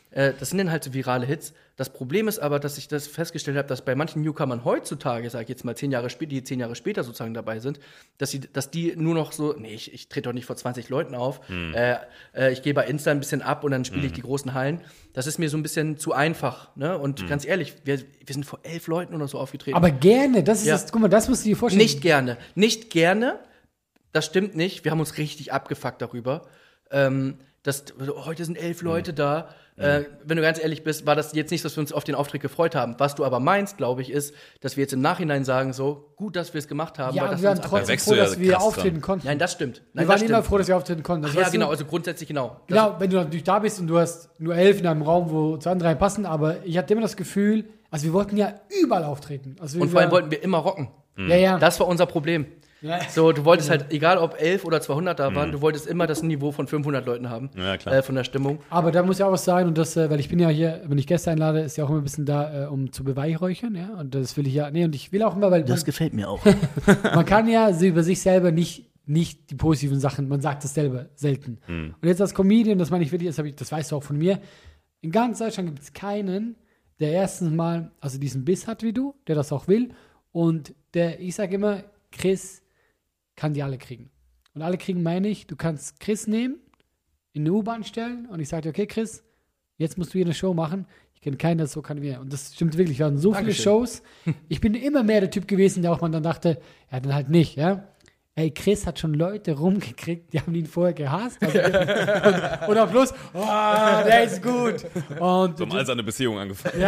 Äh, das sind dann halt so virale Hits. Das Problem ist aber, dass ich das festgestellt habe, dass bei manchen Newcomern heutzutage, sag ich jetzt mal zehn Jahre später, die zehn Jahre später sozusagen dabei sind, dass, sie, dass die nur noch so, nee, ich, ich trete doch nicht vor zwanzig Leuten auf, Hm. äh, äh, ich gehe bei Insta ein bisschen ab und dann spiele ich die großen Hallen. Das ist mir so ein bisschen zu einfach. Ne? Und Hm. ganz ehrlich, wir, wir sind vor elf Leuten oder so aufgetreten. Aber gerne, das ist Ja. das, guck mal, das musst du dir vorstellen. Nicht gerne. Nicht gerne. Das stimmt nicht. Wir haben uns richtig abgefuckt darüber. Ähm, dass, oh, heute sind elf Leute da. Äh, wenn du ganz ehrlich bist, war das jetzt nicht, dass wir uns auf den Auftritt gefreut haben. Was du aber meinst, glaube ich, ist, dass wir jetzt im Nachhinein sagen, so, gut, dass wir es gemacht haben. Ja, weil und das wir waren uns trotzdem wächst froh, du ja dass wir krass auftreten dran. konnten. Nein, das stimmt. Nein, wir waren das immer stimmt. froh, dass wir auftreten konnten. Also, Ja, weißt du, genau, also grundsätzlich genau. Das- Genau, wenn du natürlich da bist und du hast nur elf in einem Raum, wo zwei andere reinpassen, aber ich hatte immer das Gefühl, also wir wollten ja überall auftreten. Also wir Und vor allem waren- wollten wir immer rocken. Ja, ja. Das war unser Problem. Ja. So, du wolltest halt, egal ob elf oder zweihundert da waren, du wolltest immer das Niveau von fünfhundert Leuten haben. Ja, klar. Äh, von der Stimmung. Aber da muss ja auch was sein und das, äh, weil ich bin ja hier, wenn ich Gäste einlade, ist ja auch immer ein bisschen da, äh, um zu beweihräuchern, ja, und das will ich ja, nee, und ich will auch immer, weil man, gefällt mir auch. man kann ja so über sich selber nicht, nicht die positiven Sachen, man sagt das selber selten. Und jetzt als Comedian, das meine ich wirklich, das, hab ich, das weißt du auch von mir, in ganz Deutschland gibt es keinen, der erstens mal, also diesen Biss hat wie du, der das auch will und der, ich sage immer, Chris kann die alle kriegen. Und alle kriegen meine ich, du kannst Chris nehmen, in eine U-Bahn stellen und ich sage dir, okay, Chris, jetzt musst du hier eine Show machen. Ich kenne keinen, der so kann wie er. Und das stimmt wirklich. Wir hatten so Dankeschön. viele Shows. Ich bin immer mehr der Typ gewesen, der auch man dann dachte, ja, dann halt nicht, ja. Ey, Chris hat schon Leute rumgekriegt, die haben ihn vorher gehasst. Also, und, und am Schluss, oh, der ist gut. Und So haben all seine Beziehungen angefangen.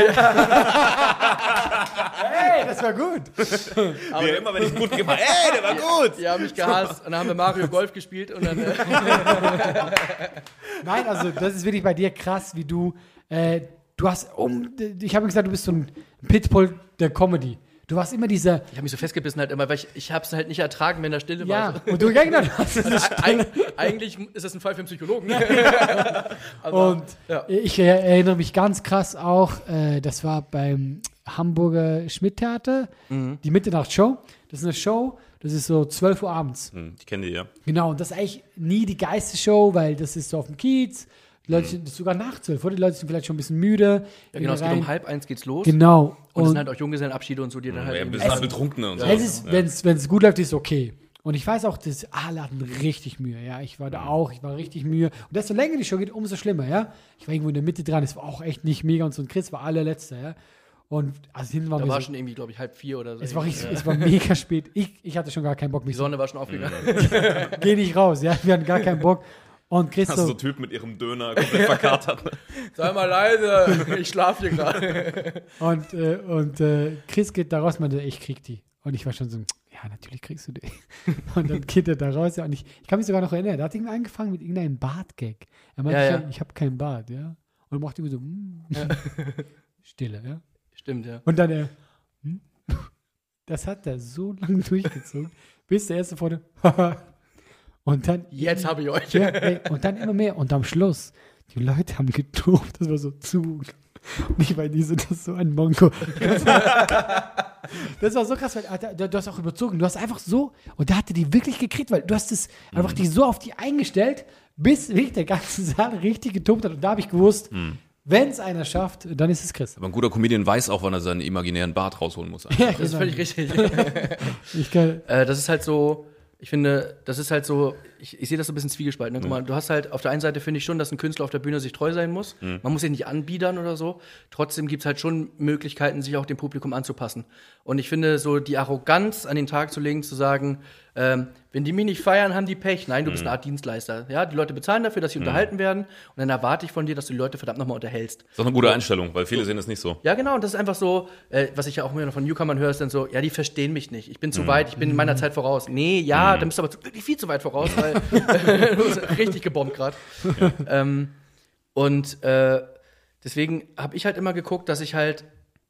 hey, das war gut. Wie er immer, wenn ich gut gemacht habe, ey, der war gut. Die haben mich gehasst und dann haben wir Mario Golf gespielt und dann. Äh, Nein, also das ist wirklich bei dir krass, wie du, äh, du hast, um, ich habe gesagt, du bist so ein Pitbull der Comedy. Du warst immer dieser, ich habe mich so festgebissen halt immer, weil ich, ich habe es halt nicht ertragen, wenn da Stille ja, war. und du, ja, genau, du hast diese Also, eig eigentlich ist das ein Fall für einen Psychologen. Aber, Und ja. ich äh, erinnere mich ganz krass auch, äh, das war beim Hamburger Schmidt-Theater, Mhm. die Mitternachtsshow. Das ist eine Show, das ist so zwölf Uhr abends. Hm, ich kenne die, ja. Genau, und das ist eigentlich nie die geilste Show, weil das ist so auf dem Kiez. Die Leute sind das ist sogar nach zwölf, oder? Die Leute sind vielleicht schon ein bisschen müde. Ja, genau, es geht Rein- um halb eins geht's los. Genau. Und es sind halt auch Junggesellenabschiede und so, die dann halt. Ja, irgendwie- bis nach Betrunkene und so. Es ist, wenn es gut läuft, ist es okay. Und ich weiß auch, dass alle hatten richtig Mühe, ja. Ich war da auch, ich war richtig Mühe. Und desto länger die Show geht, umso schlimmer, ja. Ich war irgendwo in der Mitte dran, es war auch echt nicht mega und so. Und Chris war allerletzter, ja. Und also hinten waren Da wir war so, schon irgendwie, glaube ich, halb vier oder so. es war, richtig, Ja. es war mega spät. Ich, ich hatte schon gar keinen Bock, Die mich so, Sonne war schon aufgegangen. geh nicht raus, ja. Wir hatten gar keinen Bock. Und Chris Hast du so so, Typen mit ihrem Döner komplett verkatert. Sei mal leise, ich schlafe hier gerade. und, äh, und äh, Chris geht da raus, meinte, ich krieg die. Und ich war schon so, ja, natürlich kriegst du die. Und dann geht er da raus, ja. Und ich, ich kann mich sogar noch erinnern, da hat irgendwie angefangen mit irgendeinem Bart-Gag. Er meinte, Ja, ich, ja. hab- ich habe keinen Bart, ja. Und macht irgendwie so, mm. Stille, ja. Stimmt, ja. Und dann er, hm? Das hat er so lange durchgezogen, bis der erste vorne, und dann, Jetzt habe ich euch. ja, ey, und dann immer mehr. Und am Schluss, die Leute haben getobt, das war so zu. Und ich war nie so, das ist so ein Mongo. Das war so krass, weil Alter, du, du hast auch überzogen. Du hast einfach so, und da hatte die wirklich gekriegt, weil du hast es einfach die so auf die eingestellt, bis wirklich der ganze Saal richtig getobt hat. Und da habe ich gewusst, wenn es einer schafft, dann ist es Chris. Aber ein guter Comedian weiß auch, wann er seinen imaginären Bart rausholen muss. Ja, Das ist völlig richtig. Ich kann, äh, das ist halt so, ich finde, das ist halt so, ich, ich sehe das so ein bisschen zwiegespalten. Ne? Guck mal, du hast halt, auf der einen Seite finde ich schon, dass ein Künstler auf der Bühne sich treu sein muss. Man muss sich nicht anbiedern oder so. Trotzdem gibt es halt schon Möglichkeiten, sich auch dem Publikum anzupassen. Und ich finde, so die Arroganz an den Tag zu legen, zu sagen, ähm, wenn die mich nicht feiern, haben die Pech. Nein, du bist eine Art Dienstleister. Ja, die Leute bezahlen dafür, dass sie unterhalten werden. Und dann erwarte ich von dir, dass du die Leute verdammt nochmal unterhältst. Das ist auch eine gute Einstellung, weil viele sehen das nicht so. Ja, genau, und das ist einfach so, äh, was ich ja auch immer noch von Newcomern höre, ist dann so, ja, die verstehen mich nicht. Ich bin zu weit, ich bin in meiner Zeit voraus. Nee, ja, dann bist du aber zu, wirklich viel zu weit voraus, weil du bist richtig gebombt gerade. Ähm, und äh, deswegen habe ich halt immer geguckt, dass ich halt so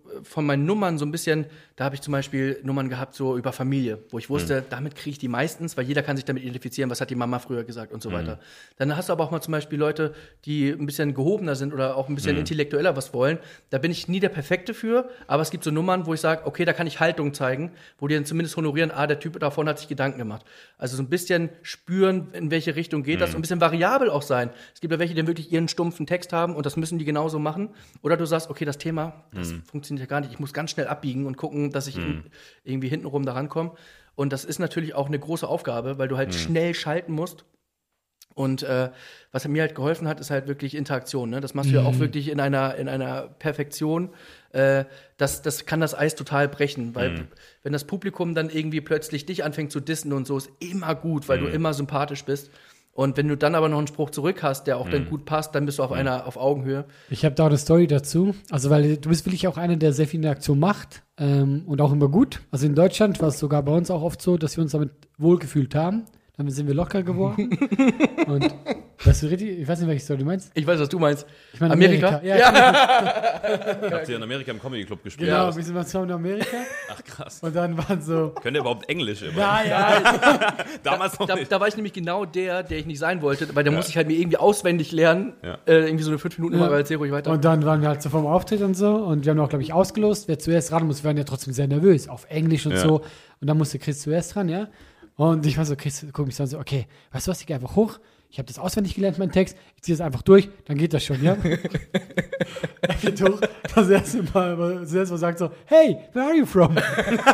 von meinen Nummern so ein bisschen, da habe ich zum Beispiel Nummern gehabt, so über Familie, wo ich wusste, mhm. damit kriege ich die meistens, weil jeder kann sich damit identifizieren, was hat die Mama früher gesagt und so mhm. weiter. Dann hast du aber auch mal zum Beispiel Leute, die ein bisschen gehobener sind oder auch ein bisschen mhm. intellektueller was wollen. Da bin ich nie der Perfekte für, aber es gibt so Nummern, wo ich sage, okay, da kann ich Haltung zeigen, wo die dann zumindest honorieren, ah, der Typ davon hat sich Gedanken gemacht. Also so ein bisschen spüren, in welche Richtung geht mhm. das und ein bisschen variabel auch sein. Es gibt ja welche, die wirklich ihren stumpfen Text haben und das müssen die genauso machen. Oder du sagst, okay, das Thema, das mhm. funktioniert ja gar nicht. Ich muss ganz schnell abbiegen und gucken, dass ich mhm. irgendwie hintenrum da rankomme. Und das ist natürlich auch eine große Aufgabe, weil du halt mhm. schnell schalten musst. Und äh, was mir halt geholfen hat, ist halt wirklich Interaktion. Ne? Das machst du mhm. ja auch wirklich in einer, in einer Perfektion. Äh, das, das kann das Eis total brechen. Weil mhm. wenn das Publikum dann irgendwie plötzlich dich anfängt zu dissen und so, ist immer gut, weil mhm. du immer sympathisch bist. Und wenn du dann aber noch einen Spruch zurück hast, der auch mhm. dann gut passt, dann bist du auf mhm. einer auf Augenhöhe. Ich habe da auch eine Story dazu. Also, weil du bist wirklich auch einer, der sehr viel Interaktion macht ähm, und auch immer gut. Also in Deutschland war es sogar bei uns auch oft so, dass wir uns damit wohlgefühlt haben. Dann sind wir locker geworden. Und weißt du richtig, ich weiß nicht, welche Story du meinst. Ich weiß, was du meinst. Ich meine Amerika? Amerika. Ja, Ja. Habt ihr in Amerika im Comedy Club gespielt? genau, Ja. wir sind mal zusammen in Amerika. Ach krass. Und dann waren so. Könnt ihr überhaupt Englisch? Immer? Ja, ja. Damals noch Da, nicht. da war ich nämlich genau der, der ich nicht sein wollte, weil da musste ich halt mir irgendwie auswendig lernen. Ja. Äh, irgendwie so eine fünf Minuten Ja. immer, weil erzähl ruhig weiter. Und dann waren wir halt so vom Auftritt und so. Und wir haben auch, glaube ich, ausgelost, wer zuerst ran muss. Wir waren ja trotzdem sehr nervös, auf Englisch und Ja. so. Und dann musste Chris zuerst ran, ja. Und ich war so, Chris, guck mich so an, so, okay, weißt du was, ich gehe einfach hoch. Ich habe das auswendig gelernt, meinen Text. Ich ziehe es einfach durch, dann geht das schon, ja. Er geht hoch, das erste Mal, das erste Mal sagt so, hey, where are you from? Und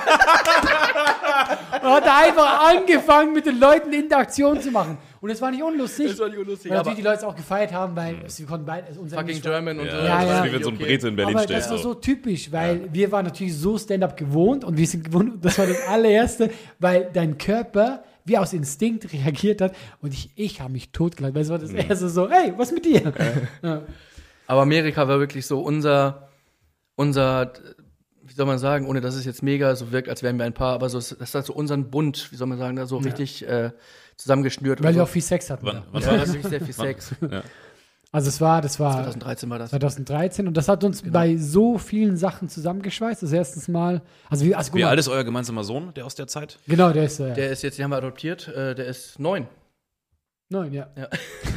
hat er einfach angefangen, mit den Leuten Interaktion zu machen. Und es war nicht unlustig. Das war nicht unlustig, Weil aber natürlich die Leute es auch gefeiert haben, weil sie konnten beide, also unser fucking Englisch war- German und Ja, so. das Ja, ist ja. wie wenn so ein Okay. Brite in Berlin aber steht. das war so. so typisch, weil wir waren natürlich so Stand-up gewohnt und wir sind gewohnt, das war das allererste, weil dein Körper wie aus Instinkt reagiert hat und ich, ich habe mich totgelacht, weil es war das erste so, hey, was mit dir? Ja. Aber Amerika war wirklich so unser, unser, wie soll man sagen, ohne dass es jetzt mega so wirkt, als wären wir ein Paar, aber so, das hat so unseren Bund, wie soll man sagen, da so Ja. richtig äh, zusammengeschnürt. Weil und wir so. auch viel Sex hatten. Wann, da. wann Ja, war das das? ist wirklich sehr viel Sex. Ja. Also es war, das war zwanzig dreizehn war das. zwanzig dreizehn und das hat uns bei so vielen Sachen zusammengeschweißt. Das erstens Mal, also wie, also guck Wie mal, alt ist euer gemeinsamer Sohn, der aus der Zeit? genau, der ist äh, Der ist jetzt, den haben wir adoptiert, äh, der ist neun. neun, ja. Ja.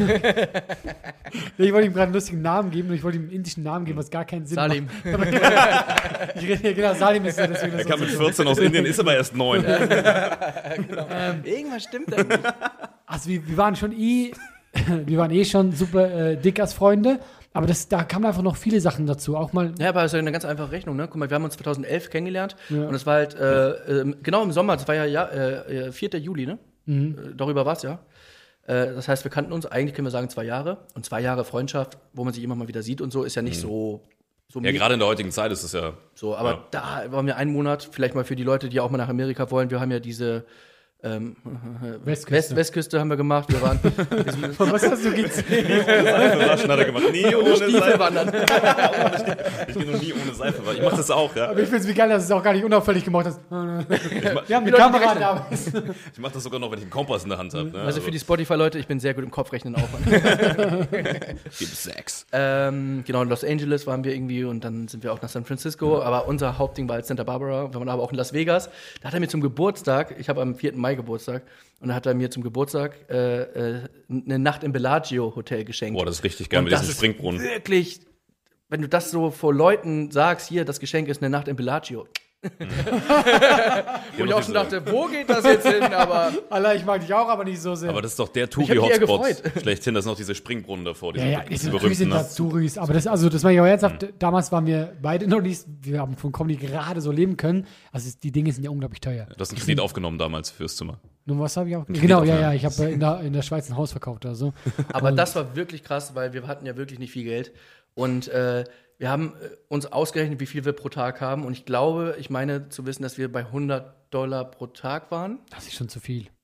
Ich wollte ihm gerade einen lustigen Namen geben und ich wollte ihm einen indischen Namen geben, was gar keinen Sinn Salim. macht. Ich rede hier, genau, Salim ist so, deswegen Er das kam so mit so. vierzehn aus Indien, ist aber erst neun. Irgendwas stimmt da nicht. Also wir, wir waren schon eh, wir waren eh schon super äh, dick als Freunde, aber das, da kamen einfach noch viele Sachen dazu. Auch mal, Ja, aber das ist ja eine ganz einfache Rechnung, ne? Guck mal, wir haben uns zweitausendelf kennengelernt Ja. und es war halt, äh, äh, genau im Sommer, das war ja, ja äh, vierter Juli, ne? Mhm. Äh, darüber war es ja. Äh, das heißt, wir kannten uns, eigentlich können wir sagen, zwei Jahre. Und zwei Jahre Freundschaft, wo man sich immer mal wieder sieht und so, ist ja nicht so, so Ja, me- gerade in der heutigen Zeit ist es ja. so. Aber Ja. da waren wir einen Monat, vielleicht mal für die Leute, die auch mal nach Amerika wollen, wir haben ja diese ähm, Westküste. West, Westküste haben wir gemacht. Wir waren Von was hast du gezählt? Seife waschen hat er gemacht. Nie ohne Stiefel Seife. wandern. Ich bin noch nie ohne Seife waschen. Ich mach das auch, ja. Aber ich finde es wie geil, dass du es auch gar nicht unauffällig gemacht hast. Ich mach, Wir haben die Leute, die Kamera rechnen. da. ich mach das sogar noch, wenn ich einen Kompass in der Hand habe. Ne? Also für die Spotify-Leute, ich bin sehr gut im Kopfrechnen auch. Gib Sex. ähm, genau, in Los Angeles waren wir irgendwie und dann sind wir auch nach San Francisco. Aber unser Hauptding war halt Santa Barbara. Wir waren aber auch in Las Vegas. Da hat er mir zum Geburtstag, ich habe am vierten Mai Geburtstag, und da hat er mir zum Geburtstag äh, äh, eine Nacht im Bellagio Hotel geschenkt. Boah, das ist richtig geil Und mit das diesem ist Springbrunnen. Wirklich, wenn du das so vor Leuten sagst, hier, das Geschenk ist eine Nacht im Bellagio. Wo ich auch schon dachte, wo geht das jetzt hin? Aber Allah, ich mag dich auch, aber nicht so sehr. Aber das ist doch der hab mich eher Touri-Hotspot gefreut. schlechthin. Das sind noch diese Springbrunnen davor. Diese, ja, ja, diese ist, natürlich sind berühmten. da Ne? Touris, aber das, also, das meine ich auch ernsthaft. Damals waren wir beide noch nicht, wir haben von Comedy gerade so leben können. Also, es- die Dinge sind ja unglaublich teuer. Du hast einen Kredit aufgenommen damals fürs Zimmer. Nun, was habe ich auch? Kredit Genau, ja, aufnehmen. ja, ich habe äh, in der, in der Schweiz ein Haus verkauft oder so. Aber das war wirklich krass, weil wir hatten ja wirklich nicht viel Geld. Und äh, wir haben äh, uns ausgerechnet, wie viel wir pro Tag haben. Und ich glaube, ich meine zu wissen, dass wir bei hundert Dollar pro Tag waren. Das ist schon zu viel.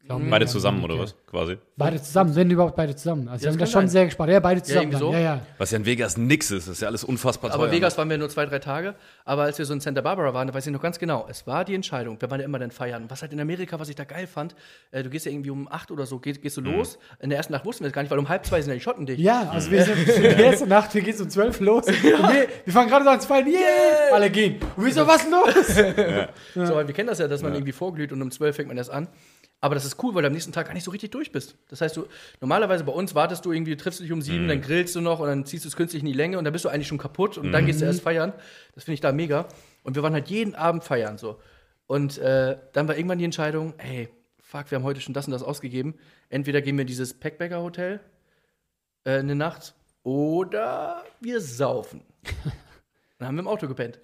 Glauben Beide wir. zusammen, Ja. oder was? Quasi. Beide zusammen, wenn überhaupt beide zusammen. Also, Ja, wir haben das das kann schon sein. sehr gespart. Ja, beide zusammen. irgendwie dann. so. Ja, ja. Was ja in Vegas nix ist. Das ist ja alles unfassbar teuer. Aber Vegas waren wir nur zwei, drei Tage. Aber als wir so in Santa Barbara waren, da weiß ich noch ganz genau, es war die Entscheidung. Wir waren ja immer dann feiern. Was halt in Amerika, was ich da geil fand, äh, du gehst ja irgendwie um acht oder so, gehst, gehst du los. In der ersten Nacht wussten wir es gar nicht, weil um halb zwei sind ja die Schotten dicht. Ja, also wir sind die erste Nacht, wir gehen um zwölf los. Und wir, wir fangen gerade so an zu feiern, yeah! Alle gehen. Und wir so, was ist los? So, weil wir kennen das ja, dass man irgendwie vorglüht und um zwölf fängt man erst an. Aber das ist cool, weil du am nächsten Tag gar nicht so richtig durch bist. Das heißt, du normalerweise bei uns wartest du irgendwie, triffst du dich um sieben, dann grillst du noch und dann ziehst du es künstlich in die Länge und dann bist du eigentlich schon kaputt und dann gehst du erst feiern. Das finde ich da mega. Und wir waren halt jeden Abend feiern so. Und äh, dann war irgendwann die Entscheidung, hey, fuck, wir haben heute schon das und das ausgegeben. Entweder gehen wir in dieses Packbagger-Hotel äh, eine Nacht oder wir saufen. Dann haben wir im Auto gepennt.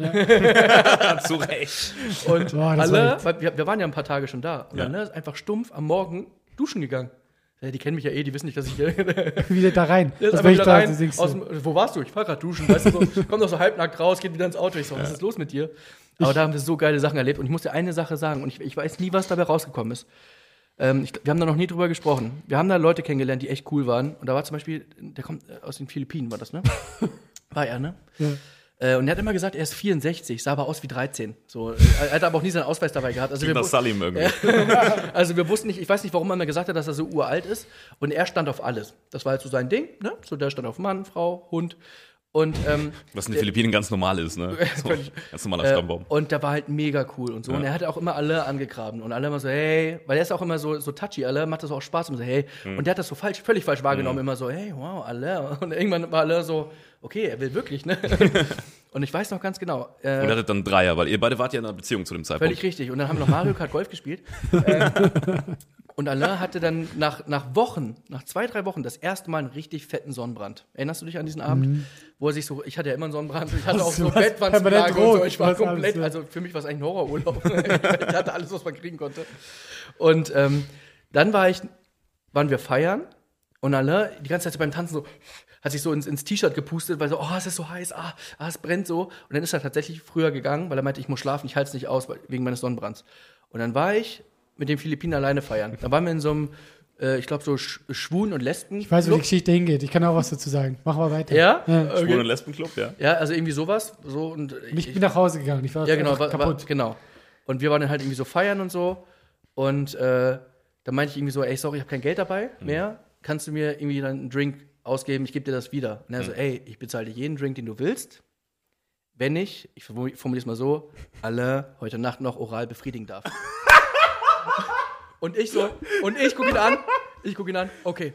Zu Recht. Und Boah, das war alle, echt- weil wir, wir waren ja ein paar Tage schon da. Und Ja. dann ne, ist einfach stumpf am Morgen duschen gegangen. Ja, die kennen mich ja eh, die wissen nicht, dass ich hier. Wieder da rein. Der ist Das einfach war ich wieder da, rein. du singst Aus so. dem, wo warst du? Ich fahr grad duschen. Weißt du, so, komm doch so halbnackt raus, geht wieder ins Auto. Ich so, was ist los mit dir? Aber da haben wir so geile Sachen erlebt. Und ich muss dir eine Sache sagen. Und ich, ich weiß nie, was dabei rausgekommen ist. Ähm, ich, wir haben da noch nie drüber gesprochen. Wir haben da Leute kennengelernt, die echt cool waren. Und da war zum Beispiel, der kommt äh, aus den Philippinen, war das, ne? War er, ne? Ja. Äh, und er hat immer gesagt, er ist vierundsechzig, sah aber aus wie dreizehn. So, äh, er hat aber auch nie seinen Ausweis dabei gehabt. Also wir, Nach wu- Salim irgendwie. also wir wussten nicht, ich weiß nicht, warum er mir gesagt hat, dass er so uralt ist. Und er stand auf alles. Das war halt so sein Ding, ne? So, der stand auf Mann, Frau, Hund. Und, ähm, Was in den Philippinen ganz normal ist, ne? So, Völlig. ganz normaler äh, Stammbaum. und der war halt mega cool und so. Ja. Und er hatte auch immer alle angegraben. Und alle immer so, hey, weil er ist auch immer so, so touchy, alle macht das auch Spaß. Und so, hey. Hm. Und der hat das so falsch, völlig falsch wahrgenommen. Immer so, hey, wow, alle. Und irgendwann war alle so, okay, er will wirklich, ne? Und ich weiß noch ganz genau. Äh, Und er hatte dann einen Dreier, weil ihr beide wart ja in einer Beziehung zu dem Zeitpunkt. Völlig richtig. Und dann haben wir noch Mario Kart Golf gespielt. ähm, und Alain hatte dann nach, nach Wochen, nach zwei, drei Wochen, das erste Mal einen richtig fetten Sonnenbrand. Erinnerst du dich an diesen Abend? Wo er sich so, ich hatte ja immer einen Sonnenbrand, ich hatte auch Hast du so was? Bettwandsplage Permanent und so. rot, Ich war was komplett, alles, ja. also für mich war es eigentlich ein Horrorurlaub. Ich hatte alles, was man kriegen konnte. Und ähm, dann war ich, waren wir feiern und Alain die ganze Zeit so beim Tanzen so, hat sich so ins, ins T-Shirt gepustet, weil so, oh, es ist so heiß, ah, ah, es brennt so. Und dann ist er tatsächlich früher gegangen, weil er meinte, ich muss schlafen, ich halte es nicht aus, weil, wegen meines Sonnenbrands. Und dann war ich mit den Philippinen alleine feiern. Da waren wir in so einem, äh, ich glaube, so Sch Schwulen- und Lesben. Ich weiß, wo die Geschichte hingeht. Ich kann auch was dazu sagen. Mach mal weiter. Ja? Ja. Schwulen- und Lesbenclub, ja. Ja, also irgendwie sowas. So, und Und ich bin nach Hause gegangen. Ich war Ja, genau, einfach war, war, kaputt. genau. Und wir waren dann halt irgendwie so feiern und so. Und äh, da meinte ich irgendwie so, ey, sorry, ich habe kein Geld dabei mehr. Kannst du mir irgendwie dann einen Drink ausgeben? Ich gebe dir das wieder. Und er so, ey, ich bezahle dir jeden Drink, den du willst. Wenn nicht, ich formuliere es mal so, alle heute Nacht noch oral befriedigen darf. Und ich so, und ich gucke ihn an, ich gucke ihn an, okay.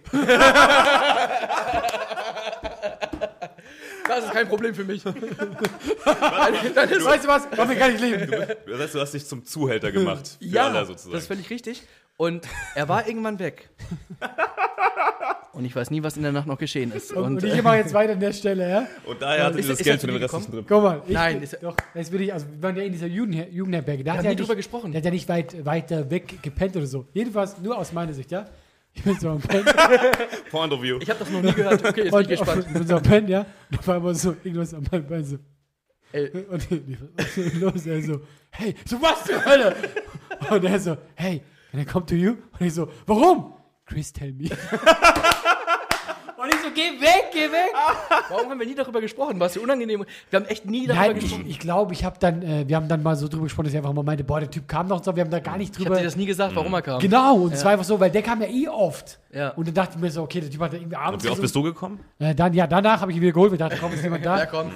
Das ist kein Problem für mich. Dann ist Weißt du was? Komm, wir kann nicht leben. Das heißt, du hast dich zum Zuhälter gemacht. Für Ja, alle sozusagen. das ist völlig richtig. Und er war irgendwann weg. Und ich weiß nie, was in der Nacht noch geschehen ist. Und, Und, und äh, ich mache jetzt weiter an der Stelle, ja? Und daher hattet Ist- ihr das ist Geld er für zu den dir restlichen Trip. Guck mal. Ich, Nein, ist- doch, jetzt will ich, also wir waren ja in dieser Jugend Jugendherberge. Da Wir hat haben er nie nicht, drüber gesprochen. Der hat ja nicht weit, weiter weg gepennt oder so. Jedenfalls nur aus meiner Sicht, ja? Ich bin so am Pennen. Point of view. ich habe das noch nie gehört. Okay, jetzt bin ich gespannt. Ich bin so am Pennen, ja? Und auf einmal so irgendwas an meinem Bein so. Ey, Und ich, was ist denn los? Er so, hey, so was zur Hölle? Und er so, hey, can I come to you? Und ich so, warum? Chris, tell me. Und ich so, geh weg, geh weg. warum haben wir nie darüber gesprochen? War es dir unangenehm? Wir haben echt nie darüber Nein, ich, gesprochen. ich glaube, ich habe dann, äh, wir haben dann mal so drüber gesprochen, dass ich einfach mal meinte, boah, der Typ kam noch und so, wir haben da gar nicht Ich habe drüber. dir das nie gesagt, warum er kam. Genau, und es war einfach so, weil der kam ja eh oft. Ja. Und dann dachte ich mir so, okay, der Typ hat ja irgendwie Und abends. wie oft bist du gekommen? Äh, dann, ja, danach habe ich ihn wieder geholt, ich dachte, komm, ist jemand da. Ja, komm.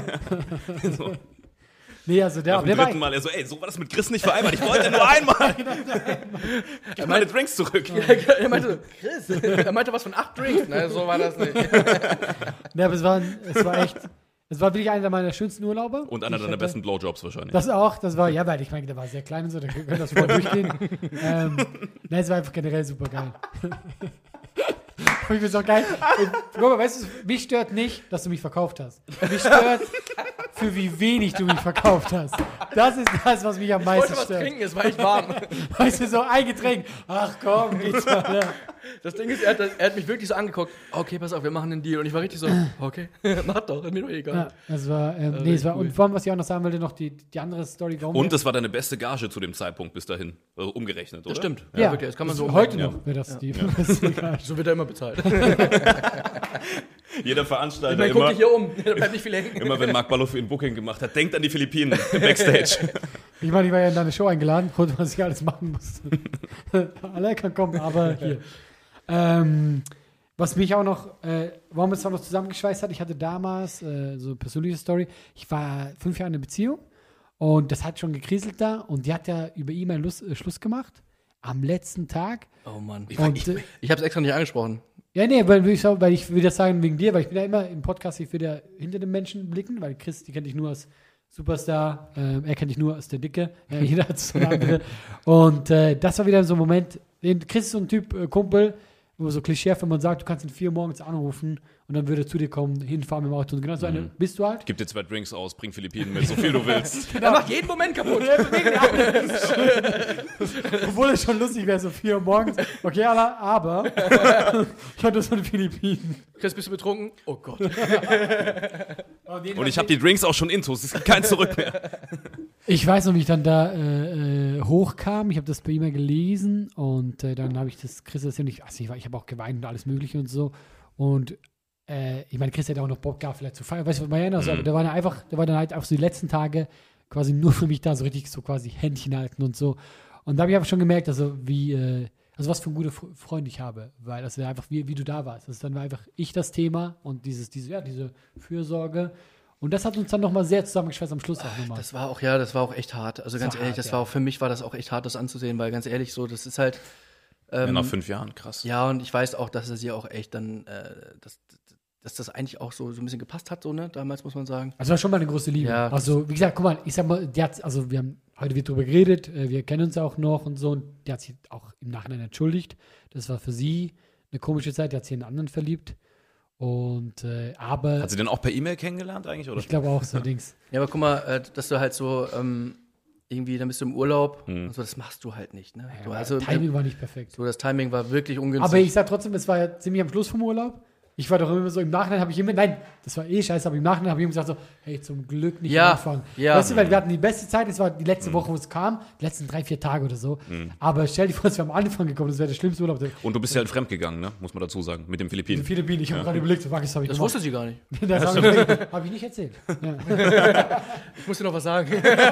Nee, also der, Auf aber dem der war, dritten Mal, er so, ey, so war das mit Chris nicht vereinbart. Ich wollte nur einmal. Gib meine Drinks zurück. er meinte so, Chris, er meinte was von acht Drinks. Nein, so war das nicht. nee, aber es war, es war echt, es war wirklich einer meiner schönsten Urlaube. Und einer Ich deiner hatte- besten Blowjobs wahrscheinlich. Das auch, das war, ja, weil ich meine, der war sehr klein und so, da können das super durchgehen. ähm, nein, es war einfach generell super geil. Und ich bin so geil. Und, guck mal, weißt du, mich stört nicht, dass du mich verkauft hast. Mich stört, für wie wenig du mich verkauft hast. Das ist das, was mich am Ich meisten wollte was stört. trinken, es war echt warm. Weißt du, so ein Getränk. Ach komm, geht's mal. Das Ding ist, er hat, er hat mich wirklich so angeguckt. Okay, pass auf, wir machen einen Deal. Und ich war richtig so, okay, mach doch, ist mir doch egal. Ja, das war, ähm, Das nee, war es war, cool. und vor allem, was ich auch noch sagen wollte, noch die, die andere Story, warum Und wir- das war deine beste Gage zu dem Zeitpunkt bis dahin. Also umgerechnet, oder? Das stimmt. ja, wirklich, das kann man das so heute umrechnen. noch wäre das die beste Gage. So wird er immer bezahlt. Jeder Ich Veranstalter meine, guck immer, dich hier um, da bleibt nicht viel hängen. immer, wenn Marc Ballo für ihn Booking gemacht hat, denkt an die Philippinen im Backstage. Ich meine, ich war ja in deine Show eingeladen, und was ich alles machen musste. Alle kann kommen, aber hier. Ähm, was mich auch noch, äh, warum es auch noch zusammengeschweißt hat, ich hatte damals, äh, so eine persönliche Story, ich war fünf Jahre in einer Beziehung und das hat schon gekriselt da und die hat ja über E-Mail Lus- äh, Schluss gemacht am letzten Tag. Oh Mann. Ich, Und, ich, äh, ich habe es extra nicht angesprochen. Ja, nee, weil ich, weil ich will das sagen wegen dir, weil ich bin ja immer im Podcast, ich will ja hinter den Menschen blicken, weil Chris, die kennt dich nur als Superstar, äh, er kennt dich nur als der Dicke, äh, jeder hat so eine andere. Und äh, das war wieder so ein Moment, den Chris ist so ein Typ, äh, Kumpel, wo so Klischee, wenn man sagt, du kannst ihn vier Uhr morgens anrufen und dann würde er zu dir kommen, hinfahren mit dem Auto. Und genau so eine bist du halt. Gib dir zwei Drinks aus, bring Philippinen mit, so viel du willst. Er macht jeden Moment kaputt. Obwohl es schon lustig wäre, so vier Uhr morgens. Okay, Alter, aber ich hatte das von den Philippinen. Chris, bist du betrunken? Oh Gott. Und ich habe die Drinks auch schon intus, es gibt kein Zurück mehr. Ich weiß noch, wie ich dann da äh, äh, hochkam. Ich habe das bei E-Mail gelesen und äh, dann habe ich das, Chris das ja nicht, also ich, war- ich habe auch geweint und alles Mögliche und so. Und äh, ich meine, Chris hätte auch noch Bock gehabt, vielleicht zu feiern. Weißt du, was Marianne so, aber der war dann einfach, der war dann halt auch so die letzten Tage quasi nur für mich da, so richtig so quasi Händchen halten und so. Und da habe ich aber schon gemerkt, also wie, äh, also was für ein guter Fre- Freund ich habe, weil das wäre einfach, wie, wie du da warst. Das dann war einfach ich das Thema und dieses, diese, ja, diese Fürsorge. Und das hat uns dann nochmal sehr zusammengeschweißt am Schluss auch nochmal. Das war auch, ja, das war auch echt hart. Also ganz war ehrlich, hart, das ja. war auch für mich war das auch echt hart, das anzusehen, weil ganz ehrlich, so, das ist halt. Ja, Ähm, nach fünf Jahren, krass. ja, und ich weiß auch, dass es ihr auch echt dann, äh, dass, dass das eigentlich auch so, so ein bisschen gepasst hat, so, ne, damals muss man sagen. Also war schon mal eine große Liebe. Ja. Also, wie gesagt, guck mal, ich sag mal, der hat, also wir haben heute wird drüber geredet, äh, wir kennen uns auch noch und so, und der hat sich auch im Nachhinein entschuldigt. Das war für sie eine komische Zeit, der hat sich in einen anderen verliebt. Und äh, aber Hat sie denn auch per E-Mail kennengelernt eigentlich, oder? ich glaube auch so Dings. Ja, aber guck mal, äh, dass du halt so, ähm, irgendwie, dann bist du im Urlaub Hm. und so, das machst du halt nicht, ne? Ja, Du, also, Timing war nicht perfekt. so, das Timing war wirklich ungünstig. Aber ich sag trotzdem, es war ja ziemlich am Schluss vom Urlaub. Ich war doch immer so, im Nachhinein habe ich immer, nein, das war eh scheiße, aber im Nachhinein habe ich immer gesagt so, hey, zum Glück nicht Ja, am Anfang. ja. Weißt du, weil wir hatten die beste Zeit, es war die letzte Woche, wo es kam, die letzten drei, vier Tage oder so. Aber stell dir vor, es wäre am Anfang gekommen, das wäre der schlimmste Urlaub. Und du bist ja halt fremdgegangen, ne? Muss man dazu sagen, mit dem Philippinen. Viele Bienen, ich habe gerade überlegt, so, was habe ich das gemacht? wusste sie gar nicht. Das habe ich, hab ich nicht erzählt. Ja. Ich muss dir noch was sagen.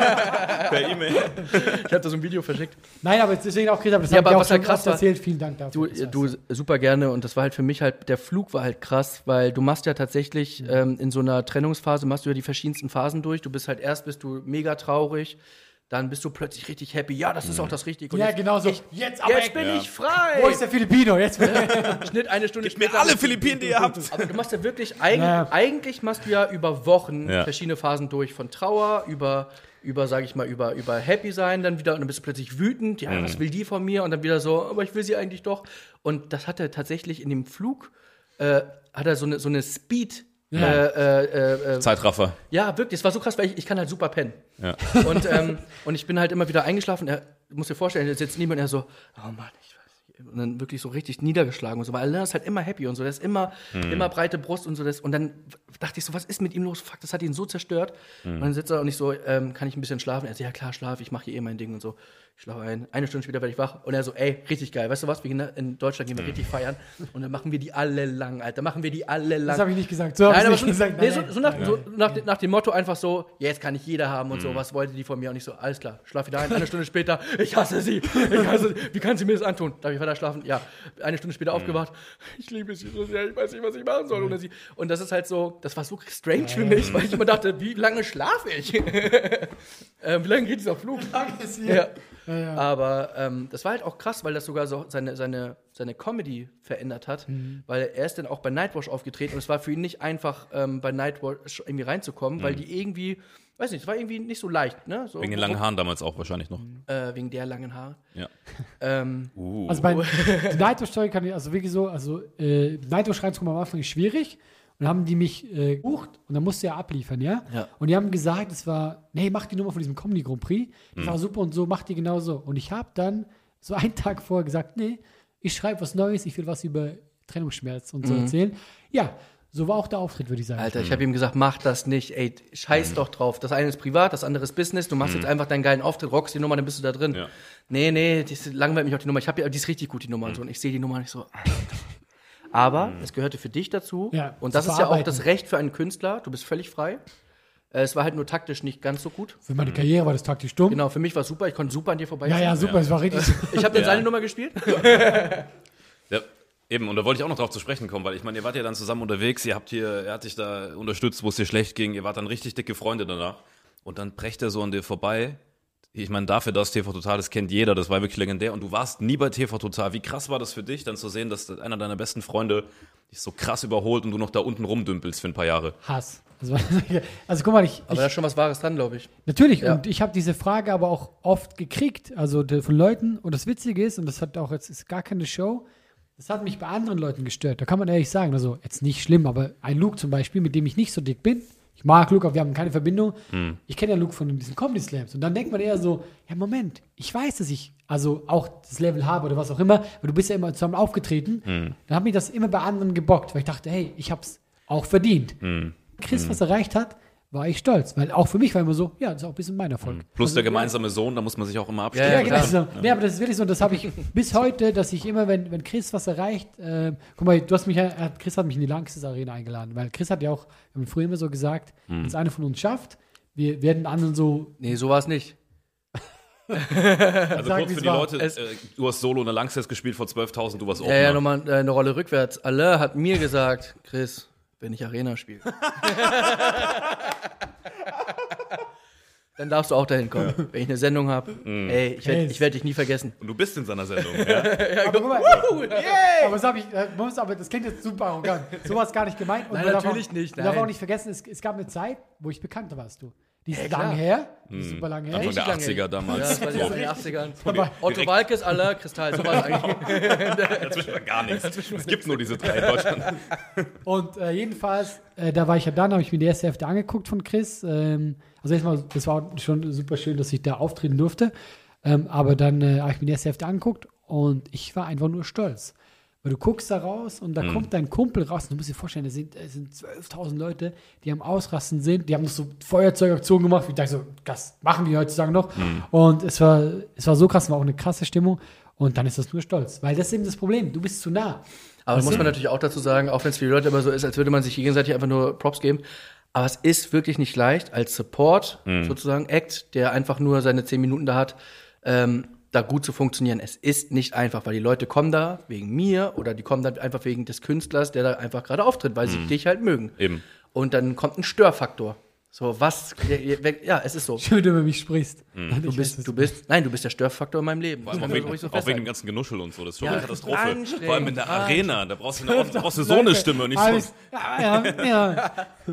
Per E-Mail. Ich habe da so ein Video verschickt. Nein, aber deswegen auch, Chris, aber das Ja, habe ich aber auch was halt schon krass oft war, erzählt. Vielen Dank Du, dafür. Das du war's. super gerne und das war halt für mich halt, der Flug war halt krass, weil du machst ja tatsächlich ähm, in so einer Trennungsphase, machst du ja die verschiedensten Phasen durch. Du bist halt erst bist du mega traurig, dann bist du plötzlich richtig happy. Ja, das ist auch das Richtige. Und Ja, jetzt, genau so. Ich, Jetzt aber jetzt weg. bin Ja. ich frei. Wo ist der Filipino? Jetzt Schnitt eine Stunde Gib mir später. alle Philippinen, die ihr habt. Aber du machst ja wirklich, eig Ja. eigentlich machst du ja über Wochen Ja. verschiedene Phasen durch, von Trauer über, über sage ich mal, über, über Happy sein, dann wieder, und dann bist du plötzlich wütend, ja, was will die von mir? Und dann wieder so, aber ich will sie eigentlich doch. Und das hat er tatsächlich in dem Flug, äh, hat er so eine, so eine Speed, Ja. äh, äh, äh, Zeitraffer. ja, wirklich, es war so krass, weil ich, ich kann halt super pennen. Ja. Und, ähm, und ich bin halt immer wieder eingeschlafen. Er, du musst dir vorstellen, er sitzt neben mir und er so, oh Mann, ich weiß nicht. Und dann wirklich so richtig niedergeschlagen und so, weil Alain ist halt immer happy und so, der ist immer, immer breite Brust und so. Das, und dann dachte ich so, was ist mit ihm los? Fuck, das hat ihn so zerstört. Und dann sitzt er und ich so, ähm, kann ich ein bisschen schlafen? Er so, ja klar, schlaf, ich mache hier eh mein Ding und so. Ich schlafe ein. Eine Stunde später werde ich wach. Und er so, ey, richtig geil. Weißt du was? Wir gehen in Deutschland gehen wir richtig feiern. Und dann machen wir die alle lang, Alter. Machen wir die alle lang. Das habe ich nicht gesagt. So habe Nein, ich aber nicht so, gesagt. nee, Nein, so, nein. so, nach, so nach, de- nach dem Motto einfach so, ja, jetzt kann ich jeder haben und so, was wollte die von mir? Und ich so, alles klar, schlaf wieder ein. Eine Stunde später, ich hasse sie, ich hasse sie. Wie kann sie mir das antun? Darf ich weiter schlafen? Ja. Eine Stunde später aufgewacht, ich liebe sie so sehr, ich weiß nicht, was ich machen soll ohne sie. Und das ist halt so, das war so strange für mich, weil ich immer dachte, wie lange schlafe ich? ähm, wie lange geht dieser Flug? Ja. Ja, ja. Aber ähm, das war halt auch krass, weil das sogar so seine, seine, seine Comedy verändert hat. Mhm. Weil er ist dann auch bei Nightwash aufgetreten und es war für ihn nicht einfach, ähm, bei Nightwash irgendwie reinzukommen, weil die irgendwie, weiß nicht, es war irgendwie nicht so leicht. Ne? So, Wegen den langen Haaren damals auch wahrscheinlich noch. Äh, wegen der langen Haare. Ja. Ähm, Uh. Also bei die Nightwatch-Story kann ich, also wirklich so, also äh, Nightwatch reinzukommen am Anfang ist schwierig. Und dann haben die mich äh, gebucht und dann musste er abliefern, ja? Ja. Und die haben gesagt, es war, nee, mach die Nummer von diesem Comedy Grand Prix. Das war super und so, mach die genauso. Und ich habe dann so einen Tag vorher gesagt, nee, ich schreibe was Neues, ich will was über Trennungsschmerz und so erzählen. Ja, so war auch der Auftritt, würde ich sagen. Alter, ich habe ihm gesagt, mach das nicht, ey, scheiß doch drauf. Das eine ist privat, das andere ist Business. Du machst jetzt einfach deinen geilen Auftritt, rockst die Nummer, dann bist du da drin. Ja. Nee, nee, die ist, langweilt mich auch die Nummer. Ich habe ja, die ist richtig gut, die Nummer und so. Und ich sehe die Nummer nicht so. Aber es gehörte für dich dazu. Ja, und zu das ist ja auch verarbeiten. das Recht für einen Künstler. Du bist völlig frei. Äh, Es war halt nur taktisch nicht ganz so gut. Für meine Karriere war das taktisch dumm. Genau, für mich war es super. Ich konnte super an dir vorbei. Ja, ja, super, es war richtig. Ich habe dann seine Nummer gespielt. Ja, eben, und da wollte ich auch noch drauf zu sprechen kommen, weil ich meine, ihr wart ja dann zusammen unterwegs, ihr habt hier, er hat dich da unterstützt, wo es dir schlecht ging, ihr wart dann richtig dicke Freunde danach und dann brecht er so an dir vorbei. Ich meine, dafür, dass T V Total, das kennt jeder, das war wirklich legendär und du warst nie bei T V Total. Wie krass war das für dich, dann zu sehen, dass einer deiner besten Freunde dich so krass überholt und du noch da unten rumdümpelst für ein paar Jahre? Hass. Also, also guck mal, ich, Aber ich da ist schon was Wahres dran, glaube ich. natürlich, Ja. und ich habe diese Frage aber auch oft gekriegt, also de, von Leuten, und das Witzige ist, und das hat auch jetzt ist gar keine Show, das hat mich bei anderen Leuten gestört, da kann man ehrlich sagen, also jetzt nicht schlimm, aber ein Luke zum Beispiel, mit dem ich nicht so dick bin, ich mag Luke, aber wir haben keine Verbindung, ich kenne ja Luke von diesen Comedy Slams, und dann denkt man eher so, ja Moment, ich weiß, dass ich also auch das Level habe oder was auch immer, weil du bist ja immer zusammen aufgetreten, dann hat mich das immer bei anderen gebockt, weil ich dachte, hey, ich hab's auch verdient. Chris, was erreicht hat, war ich stolz. Weil auch für mich war immer so, ja, das ist auch ein bisschen mein Erfolg. Plus Also, der gemeinsame Sohn, da muss man sich auch immer Ja, abstimmen. Ja, ja, genau. klar. So. Nee, aber das ist wirklich so, das habe ich bis heute, dass ich immer, wenn, wenn Chris was erreicht, äh, guck mal, du hast mich, ja- er hat- Chris hat mich in die Lanxess Arena eingeladen, weil Chris hat ja auch, wir haben früher immer so gesagt, wenn es einer von uns schafft, wir werden anderen so, Nee, so war es nicht. Also Sagen, kurz wie's für die war. Leute, Es- äh, du hast Solo in der Langfest gespielt vor zwölftausend, du warst Ja, Opener. ja, nochmal äh, eine Rolle rückwärts. Allah hat mir gesagt, Chris, wenn ich Arena spiele, dann darfst du auch dahin kommen. Wenn ich eine Sendung habe, ey, ich werde Yes. ich werd dich nie vergessen. Und du bist in seiner Sendung, ja? aber guck mal, aber das habe ich, äh, muss, aber das klingt jetzt super arrogant, so war es gar nicht gemeint. Und Nein, man darf natürlich auch, nicht, Man darf nein. auch nicht vergessen, es, es gab eine Zeit, wo ich bekannter warst du. Die ist klar. lang her, die ist super lang her. Anfang der lange. achtziger Ja, damals. das war So. in den achtzigern. Aber- Otto Walkes, Allah, Kristall, so war es eigentlich. Dazwischen war gar nichts. Es gibt nur diese drei in Deutschland. Und äh, jedenfalls, äh, da war ich ja dann, habe ich mir die erste Hälfte angeguckt von Chris. Ähm, also erstmal, das war schon super schön, dass ich da auftreten durfte. Ähm, aber dann äh, habe ich mir die erste Hälfte angeguckt und ich war einfach nur stolz. Weil du guckst da raus und da kommt dein Kumpel raus und du musst dir vorstellen, es sind, es sind zwölftausend Leute, die am Ausrasten sind. Die haben noch so Feuerzeugaktionen gemacht. Ich dachte so, das machen die heutzutage noch. Und es war, es war so krass, war auch eine krasse Stimmung. Und dann ist das nur stolz. Weil das ist eben das Problem. Du bist zu nah. Aber muss man natürlich auch dazu sagen, auch wenn es für die Leute immer so ist, als würde man sich gegenseitig einfach nur Props geben. Aber es ist wirklich nicht leicht, als Support, sozusagen, Act, der einfach nur seine zehn Minuten da hat, ähm, da gut zu funktionieren. Es ist nicht einfach, weil die Leute kommen da wegen mir oder die kommen da einfach wegen des Künstlers, der da einfach gerade auftritt, weil sie dich halt mögen. Eben. Und dann kommt ein Störfaktor. So, was, ja, es ist so. Schön, wenn du über mich sprichst. Du bist, du bist, nein, du bist der Störfaktor in meinem Leben. Das Auch muss man wegen, ruhig so auch wegen festhalten. dem ganzen Genuschel und so. Das ist schon Ja, eine Katastrophe. anstrengend, Vor allem in der anstrengend. Arena. Da brauchst du, eine, da brauchst du so eine Stimme und nicht Alles, so. ja, ja, ja.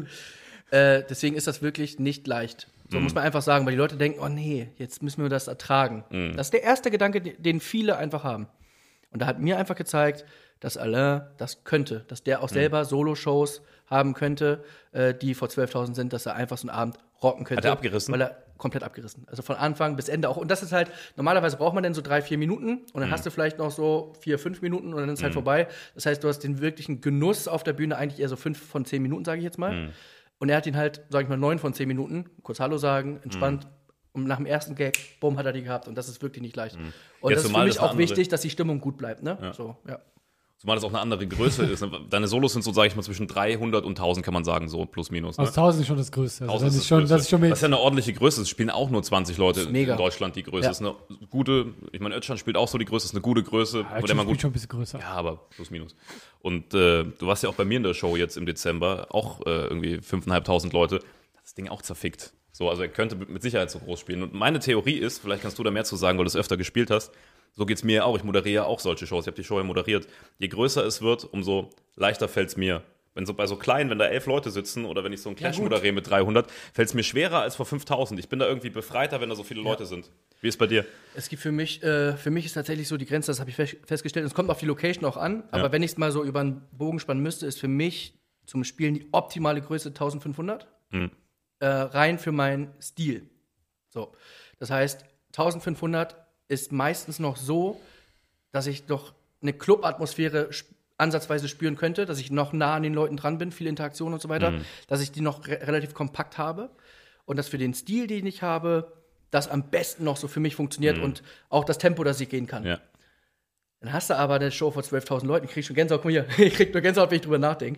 Äh, deswegen ist das wirklich nicht leicht. So muss man einfach sagen, weil die Leute denken, oh nee, jetzt müssen wir das ertragen. Das ist der erste Gedanke, den- den viele einfach haben. Und da hat mir einfach gezeigt, dass Alain das könnte, dass der auch selber Solo-Shows haben könnte, äh, die vor zwölftausend sind, dass er einfach so einen Abend rocken könnte. Hat er abgerissen? Weil er komplett abgerissen. Also von Anfang bis Ende auch. Und das ist halt, normalerweise braucht man dann so drei, vier Minuten und dann hast du vielleicht noch so vier, fünf Minuten und dann ist es halt vorbei. Das heißt, du hast den wirklichen Genuss auf der Bühne eigentlich eher so fünf von zehn Minuten, sage ich jetzt mal. Und er hat ihn halt, sag ich mal, neun von zehn Minuten, kurz Hallo sagen, entspannt. Und nach dem ersten Gag, bumm, hat er die gehabt. Und das ist wirklich nicht leicht. Und Ja, das ist für zumal mich das eine auch andere- wichtig, dass die Stimmung gut bleibt, ne? So, ja. Zumal das auch eine andere Größe ist. ne? Deine Solos sind so, sage ich mal, zwischen dreihundert und tausend, kann man sagen, so plus minus. Ne? Also tausend ist schon das Größte. Also tausend das, ist ist schon, Größte. das ist schon mit. Das ist ja eine ordentliche Größe. Es spielen auch nur zwanzig Leute in mega. Deutschland. Die Größe Ja. ist eine gute, ich meine, Özcan spielt auch so die Größe, ist eine gute Größe. Ja, wo der Action man spielt gut, schon ein bisschen größer. ja, aber plus minus. Und äh, du warst ja auch bei mir in der Show jetzt im Dezember, auch äh, irgendwie fünftausendfünfhundert Leute. Das Ding auch zerfickt. So, also er könnte mit Sicherheit so groß spielen. Und meine Theorie ist, vielleicht kannst du da mehr zu sagen, weil du es öfter gespielt hast, so geht's mir auch. Ich moderiere auch solche Shows. Ich habe die Show ja moderiert. Je größer es wird, umso leichter fällt's mir. Wenn so bei so kleinen, wenn da elf Leute sitzen oder wenn ich so einen Clash gut. moderiere mit dreihundert, fällt's mir schwerer als vor fünftausend. Ich bin da irgendwie befreiter, wenn da so viele Leute sind. Wie ist bei dir? Es gibt für mich, äh, für mich ist tatsächlich so die Grenze, das habe ich fest- festgestellt. Es kommt auf die Location auch an, aber Ja. wenn ich es mal so über einen Bogen spannen müsste, ist für mich zum Spielen die optimale Größe eintausendfünfhundert. Mhm. Äh, rein für meinen Stil. So. Das heißt, eintausendfünfhundert ist meistens noch so, dass ich doch eine Club-Atmosphäre sp- ansatzweise spüren könnte, dass ich noch nah an den Leuten dran bin, viel Interaktion und so weiter, Mhm. dass ich die noch re- relativ kompakt habe und dass für den Stil, den ich habe, das am besten noch so für mich funktioniert Mhm. und auch das Tempo, das ich gehen kann. Ja. Dann hast du aber eine Show vor zwölftausend Leuten, ich krieg schon Gänsehaut, guck mal hier, ich krieg nur Gänsehaut, wenn ich drüber nachdenke.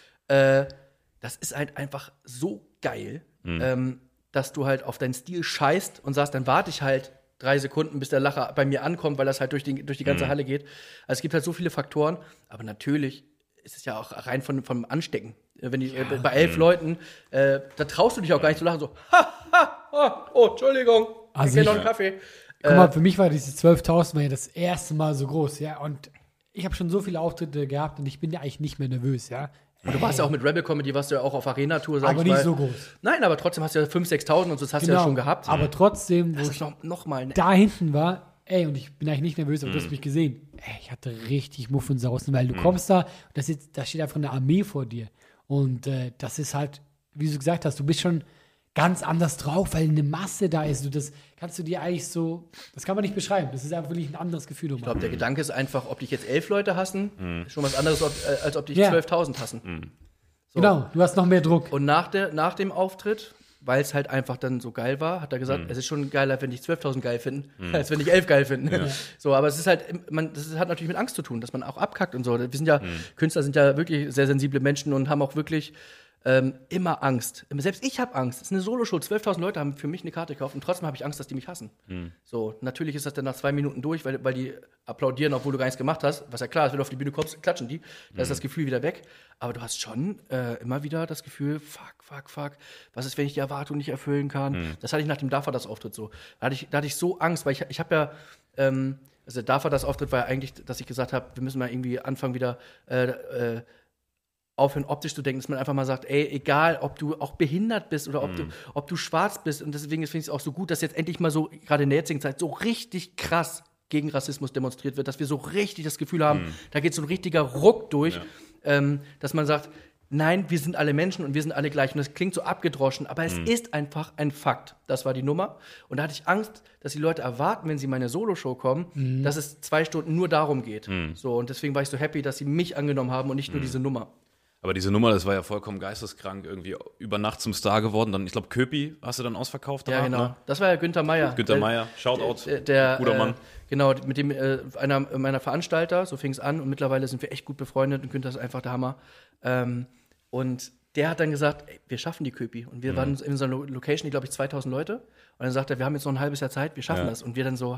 Äh, das ist halt einfach so geil, Mhm. ähm, dass du halt auf deinen Stil scheißt und sagst, dann warte ich halt drei Sekunden, bis der Lacher bei mir ankommt, weil das halt durch die, durch die ganze Mhm. Halle geht. Also es gibt halt so viele Faktoren, aber natürlich ist es ja auch rein von, vom Anstecken. Äh, Wenn ich äh, bei elf Mhm. Leuten, äh, da traust du dich auch gar nicht zu lachen, so, ha, ha, ha, oh, Entschuldigung, Also ich will ich- noch einen Kaffee. Guck mal, für mich war diese zwölftausend war ja das erste Mal so groß, ja. Und ich habe schon so viele Auftritte gehabt und ich bin ja eigentlich nicht mehr nervös, ja. Und du warst ja auch mit Rebel Comedy, warst du ja auch auf Arena-Tour, sag Aber ich nicht mal. so groß. Nein, aber trotzdem hast du ja fünftausend, sechstausend und so, das hast du ja schon gehabt. Aber trotzdem, wo das ich ist noch, noch mal eine da hinten war, ey, und ich bin eigentlich nicht nervös, aber du hast Mhm. mich gesehen. Ey, ich hatte richtig Muffensausen, weil du kommst da, und das ist, da steht einfach eine Armee vor dir. Und äh, das ist halt, wie du gesagt hast, du bist schon ganz anders drauf, weil eine Masse da ist. Du, das kannst du dir eigentlich so, das kann man nicht beschreiben. Das ist einfach wirklich ein anderes Gefühl. Ich glaube, der Gedanke ist einfach, ob dich jetzt elf Leute hassen, Mhm. ist schon was anderes, ob, äh, als ob dich Ja. zwölftausend hassen. So. Genau, du hast noch mehr Druck. Und nach, der, nach dem Auftritt, weil es halt einfach dann so geil war, hat er gesagt, es ist schon geiler, wenn dich zwölftausend geil finden, als wenn dich elf geil finden. So, aber es ist halt, man, das hat natürlich mit Angst zu tun, dass man auch abkackt und so. Wir sind ja, Künstler sind ja wirklich sehr sensible Menschen und haben auch wirklich ähm, immer Angst. Selbst ich habe Angst. Es ist eine Soloshow. zwölftausend Leute haben für mich eine Karte gekauft und trotzdem habe ich Angst, dass die mich hassen. So, natürlich ist das dann nach zwei Minuten durch, weil, weil die applaudieren, obwohl du gar nichts gemacht hast. Was ja klar ist, wenn du auf die Bühne kommst, klatschen die. Da ist das Gefühl wieder weg. Aber du hast schon äh, immer wieder das Gefühl, fuck, fuck, fuck, was ist, wenn ich die Erwartung nicht erfüllen kann? Das hatte ich nach dem Dafa das Auftritt so. Da hatte ich, da hatte ich so Angst, weil ich, ich habe ja, ähm, also der Dafa das Auftritt war ja eigentlich, dass ich gesagt habe, wir müssen mal irgendwie anfangen wieder äh, äh, aufhören, optisch zu denken, dass man einfach mal sagt, ey, egal, ob du auch behindert bist oder ob, du, ob du schwarz bist. Und deswegen finde ich es auch so gut, dass jetzt endlich mal so, gerade in der jetzigen Zeit, so richtig krass gegen Rassismus demonstriert wird, dass wir so richtig das Gefühl haben, da geht so ein richtiger Ruck durch, ähm, dass man sagt, nein, wir sind alle Menschen und wir sind alle gleich. Und das klingt so abgedroschen, aber es ist einfach ein Fakt. Das war die Nummer. Und da hatte ich Angst, dass die Leute erwarten, wenn sie in meine Soloshow kommen, dass es zwei Stunden nur darum geht. So, und deswegen war ich so happy, dass sie mich angenommen haben und nicht nur diese Nummer. Aber diese Nummer, das war ja vollkommen geisteskrank, irgendwie über Nacht zum Star geworden. Dann, ich glaube, Köpi hast du dann ausverkauft. Ja, danach, genau. Ne? Das war ja Günther Meier. Günther Der- Meier, Shoutout, Der, der guter äh, Mann. Genau, mit dem äh, einer meiner Veranstalter, so fing es an und mittlerweile sind wir echt gut befreundet und Günther ist einfach der Hammer. Ähm, und der hat dann gesagt, ey, wir schaffen die Köpi. Und wir waren in so einer Lo- Location, die glaube ich zweitausend Leute. Und dann sagt er, wir haben jetzt noch ein halbes Jahr Zeit, wir schaffen Ja. das. Und wir dann so,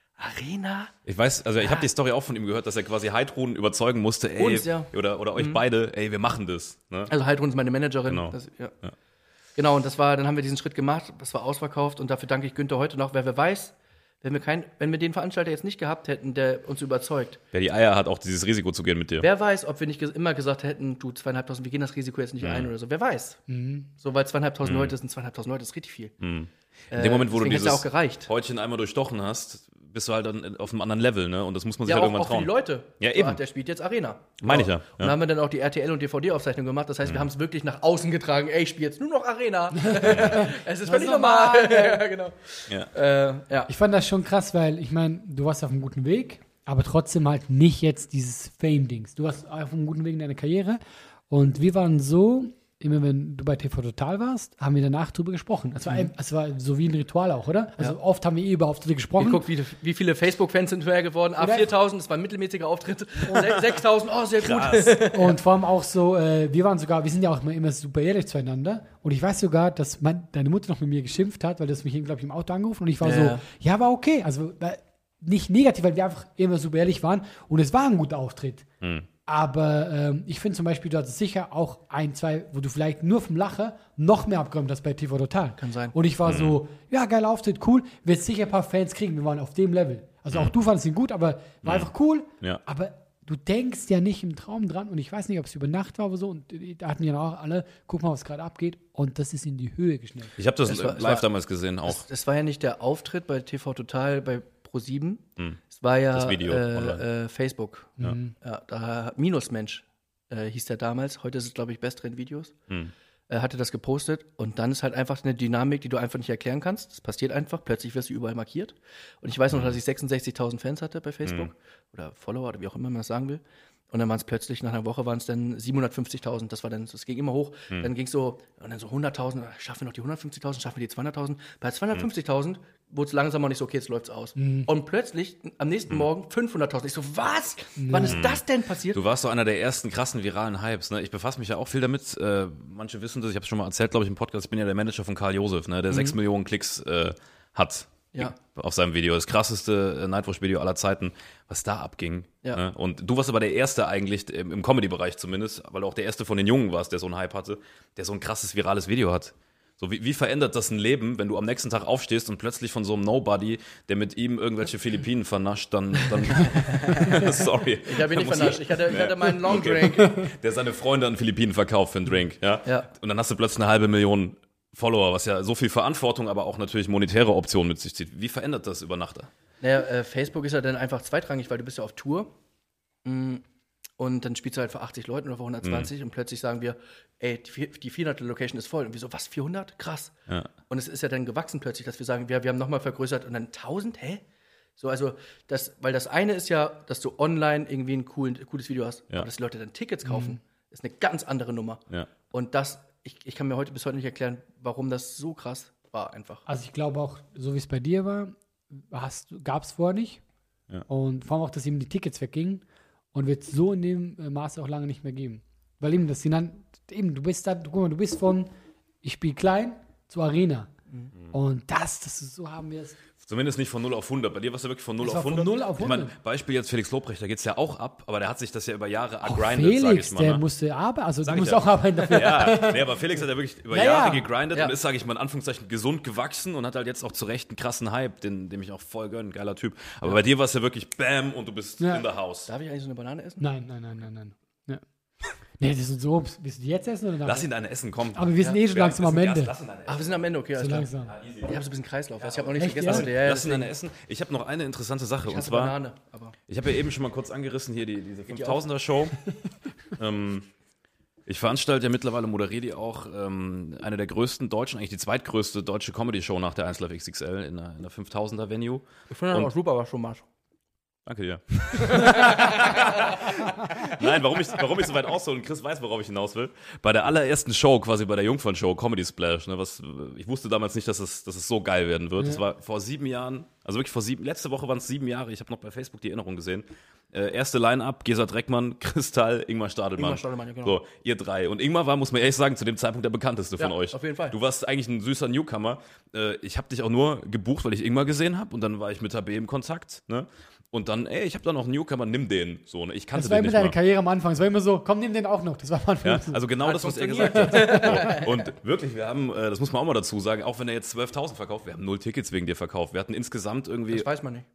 Arena? Ich weiß, also ich habe die Story auch von ihm gehört, dass er quasi Heidrun überzeugen musste, ey, Uns, ja. oder, oder euch beide, ey, wir machen das. Ne? Also Heidrun ist meine Managerin. Genau. Das, ja. Ja. Genau, und das war, dann haben wir diesen Schritt gemacht, das war ausverkauft und dafür danke ich Günther heute noch, weil wer weiß, wenn wir, kein, wenn wir den Veranstalter jetzt nicht gehabt hätten, der uns überzeugt, Wer die Eier hat, auch dieses Risiko zu gehen mit dir. wer weiß, ob wir nicht ges immer gesagt hätten, du, zweieinhalbtausend, wir gehen das Risiko jetzt nicht ein oder so, wer weiß. So, weil zweieinhalbtausend Leute sind, zweieinhalbtausend Leute ist richtig viel. In dem Moment, wo du deswegen hat's dieses ja auch gereicht. Häutchen einmal durchstochen hast, bist du halt dann auf einem anderen Level, ne? Und das muss man sich Ja, halt auch, irgendwann auch für die trauen. Leute. Ja, So, eben. ach, der spielt jetzt Arena. Meine ich ja, Und ja. dann haben wir dann auch die R T L- und D V D-Aufzeichnung gemacht. Das heißt, wir haben es wirklich nach außen getragen. Ey, ich spiele jetzt nur noch Arena. es ist völlig normal. ja, genau. Ja. Äh, ja. Ich fand das schon krass, weil ich meine, du warst auf einem guten Weg, aber trotzdem halt nicht jetzt dieses Fame-Dings. Du warst auf einem guten Weg in deiner Karriere und wir waren so, immer wenn du bei T V Total warst, haben wir danach drüber gesprochen. Es war, ein, es war so wie ein Ritual auch, oder? Also Ja. oft haben wir eh über Auftritte gesprochen. Guck, wie, wie viele Facebook-Fans sind vorher geworden. Ah, Oder- viertausend, das war ein mittelmäßiger Auftritt. Se- sechstausend, oh, sehr gut. Und vor allem auch so, äh, wir waren sogar, wir sind ja auch immer, immer super ehrlich zueinander. Und ich weiß sogar, dass mein, deine Mutter noch mit mir geschimpft hat, weil du hast mich, glaube ich, im Auto angerufen. Und ich war Ja. so, ja, war okay. Also weil, nicht negativ, weil wir einfach immer super ehrlich waren. Und es war ein guter Auftritt. Aber ähm, ich finde zum Beispiel, du hattest sicher auch ein, zwei, wo du vielleicht nur vom Lachen noch mehr abgeräumt hast bei T V Total. Kann sein. Und ich war so, ja, geiler Auftritt, cool. Wird sicher ein paar Fans kriegen. Wir waren auf dem Level. Also auch du fandest ihn gut, aber war einfach cool. Ja. Aber du denkst ja nicht im Traum dran. Und ich weiß nicht, ob es über Nacht war oder so. Und da hatten ja auch alle, guck mal, was gerade abgeht. Und das ist in die Höhe geschnellt. Ich habe das Es war- es live war- damals gesehen auch. Das, das war ja nicht der Auftritt bei T V Total bei ProSieben. Es war ja Das Video online. äh, äh, Facebook. Ja. da Minusmensch äh, hieß der damals. Heute ist es, glaube ich, Besttrend Videos. äh, hatte das gepostet und dann ist halt einfach eine Dynamik, die du einfach nicht erklären kannst. Das passiert einfach, plötzlich wirst du überall markiert. Und ich weiß noch, dass ich sechsundsechzigtausend Fans hatte bei Facebook Mhm. oder Follower oder wie auch immer man das sagen will. Und dann waren es plötzlich, nach einer Woche waren es dann siebenhundertfünfzigtausend, das war dann, das ging immer hoch. Mhm. Dann ging es so, und dann so hunderttausend, schaffen wir noch die hundertfünfzigtausend, schaffen wir die zweihunderttausend. Bei zweihundertfünfzigtausend wurde es langsam auch nicht so, okay, jetzt läuft's aus. Und plötzlich, am nächsten Morgen fünfhunderttausend. Ich so, was? Wann ist das denn passiert? Du warst so einer der ersten krassen viralen Hypes. Ne? Ich befasse mich ja auch viel damit. Äh, manche wissen das, ich habe es schon mal erzählt, glaube ich, im Podcast. Ich bin ja der Manager von Karl Josef, ne? der sechs Millionen Klicks äh, hat Ja. auf seinem Video. Das krasseste äh, Nightwatch-Video aller Zeiten, was da abging. Ja. Ne? Und du warst aber der Erste eigentlich, im, im Comedy-Bereich zumindest, weil du auch der Erste von den Jungen warst, der so einen Hype hatte, der so ein krasses virales Video hat. So, wie, wie verändert das ein Leben, wenn du am nächsten Tag aufstehst und plötzlich von so einem Nobody, der mit ihm irgendwelche Philippinen vernascht, dann, dann sorry. Ich habe ihn nicht Muss vernascht, ich hatte, ich hatte meinen Long Okay. Drink. Der seine Freunde an Philippinen verkauft für einen Drink, ja? Ja. Und dann hast du plötzlich eine halbe Million Follower, was ja so viel Verantwortung, aber auch natürlich monetäre Optionen mit sich zieht. Wie verändert das über Nacht? Naja, äh, Facebook ist ja dann einfach zweitrangig, weil du bist ja auf Tour. Mm, Und dann spielst du halt vor achtzig Leuten oder vor hundertzwanzig Mhm. und plötzlich sagen wir, ey, die, vier- die vierhundert Location ist voll. Und wir so, was, vierhundert? Krass. Ja. Und es ist ja dann gewachsen plötzlich, dass wir sagen, wir, wir haben nochmal vergrößert und dann tausend? Hä? So, also, das, weil das eine ist ja, dass du online irgendwie ein coolen, cooles Video hast, Ja. aber dass die Leute dann Tickets kaufen, ist eine ganz andere Nummer. Ja. Und das, ich, ich kann mir heute bis heute nicht erklären, warum das so krass war einfach. Also ich glaube auch, so wie es bei dir war, gab es vorher nicht. Ja. Und vor allem auch, dass eben die Tickets weggingen und wird es so in dem äh, Maße auch lange nicht mehr geben. Weil eben, das sind dann, eben, du bist da, du, guck mal, du bist von, ich spiele klein zu Arena. Mhm. Und das, das ist, so haben wir es. Zumindest nicht von null auf hundert. Bei dir war es ja wirklich von null Es auf war von hundert. null auf Ich meine, hundert. Beispiel jetzt Felix Lobrecht, da geht es ja auch ab, aber der hat sich das ja über Jahre Auch gegrindet, sag Felix, ich mal. der Ne? musste arbeiten, also Sag du ich musst ja. auch arbeiten dafür. Ja, nee, aber Felix hat ja wirklich über Ja, Jahre ja. gegrindet Ja. und ist, sage ich mal, in Anführungszeichen gesund gewachsen und hat halt jetzt auch zu Recht einen krassen Hype, den, dem ich auch voll gönne, geiler Typ. Aber bei dir war es ja wirklich Bam und du bist Ja. in der Haus. Darf ich eigentlich so eine Banane essen? Nein, nein, nein, nein, nein. Ja. Nee, das ist so, willst du die jetzt essen oder Lass nachher? ihn deine Essen kommen. Aber wir sind eh schon langsam am Ende. Lass ihn deine Ach, Essen. wir sind am Ende, okay, So alles klar. langsam. Ich habe so ein bisschen Kreislauf, ich habe noch nicht Echt, vergessen ja? heute. Ja, ja, Lass ihn deswegen. deine Essen. Ich habe noch eine interessante Sache Ich und hasse zwar, Banane, aber ich habe ja eben schon mal kurz angerissen hier die, diese fünftausender-Show. ähm, ich veranstalte ja mittlerweile, moderiere die auch, ähm, eine der größten deutschen, eigentlich die zweitgrößte deutsche Comedy-Show nach der eins Live X X L in der, in der fünftausender-Venue. ich finde Und- auch super, was schon machst. Danke dir. Nein, warum ich, warum ich so weit aushole und Chris weiß, worauf ich hinaus will. Bei der allerersten Show, quasi bei der Jungfern-Show, Comedy Splash, ne, was, ich wusste damals nicht, dass es, dass es so geil werden wird. Das war vor sieben Jahren, also wirklich vor sieben, letzte Woche waren es sieben Jahre, ich habe noch bei Facebook die Erinnerung gesehen. Äh, erste Line-Up, Gesa Dreckmann, Kristall, Ingmar Stadelmann. Ingmar Stadelmann, ja, genau. So, ihr drei. Und Ingmar war, muss man ehrlich sagen, zu dem Zeitpunkt der bekannteste von Ja, euch. auf jeden Fall. Du warst eigentlich ein süßer Newcomer. Äh, ich habe dich auch nur gebucht, weil ich Ingmar gesehen habe und dann war ich mit H B im Kontakt, ne? Und dann, ey, ich habe da noch einen Newcomer, nimm den. So, ne? Ich kannte Das war den immer nicht deine mal. Karriere am Anfang. Es war immer so, komm, nimm den auch noch. Das war am Anfang. Ja, so. also genau Hat das, was er funktioniert. gesagt hat. So. Und wirklich, wir haben, äh, das muss man auch mal dazu sagen, auch wenn er jetzt zwölftausend verkauft, wir haben null Tickets wegen dir verkauft. Wir hatten insgesamt irgendwie... Das weiß man nicht.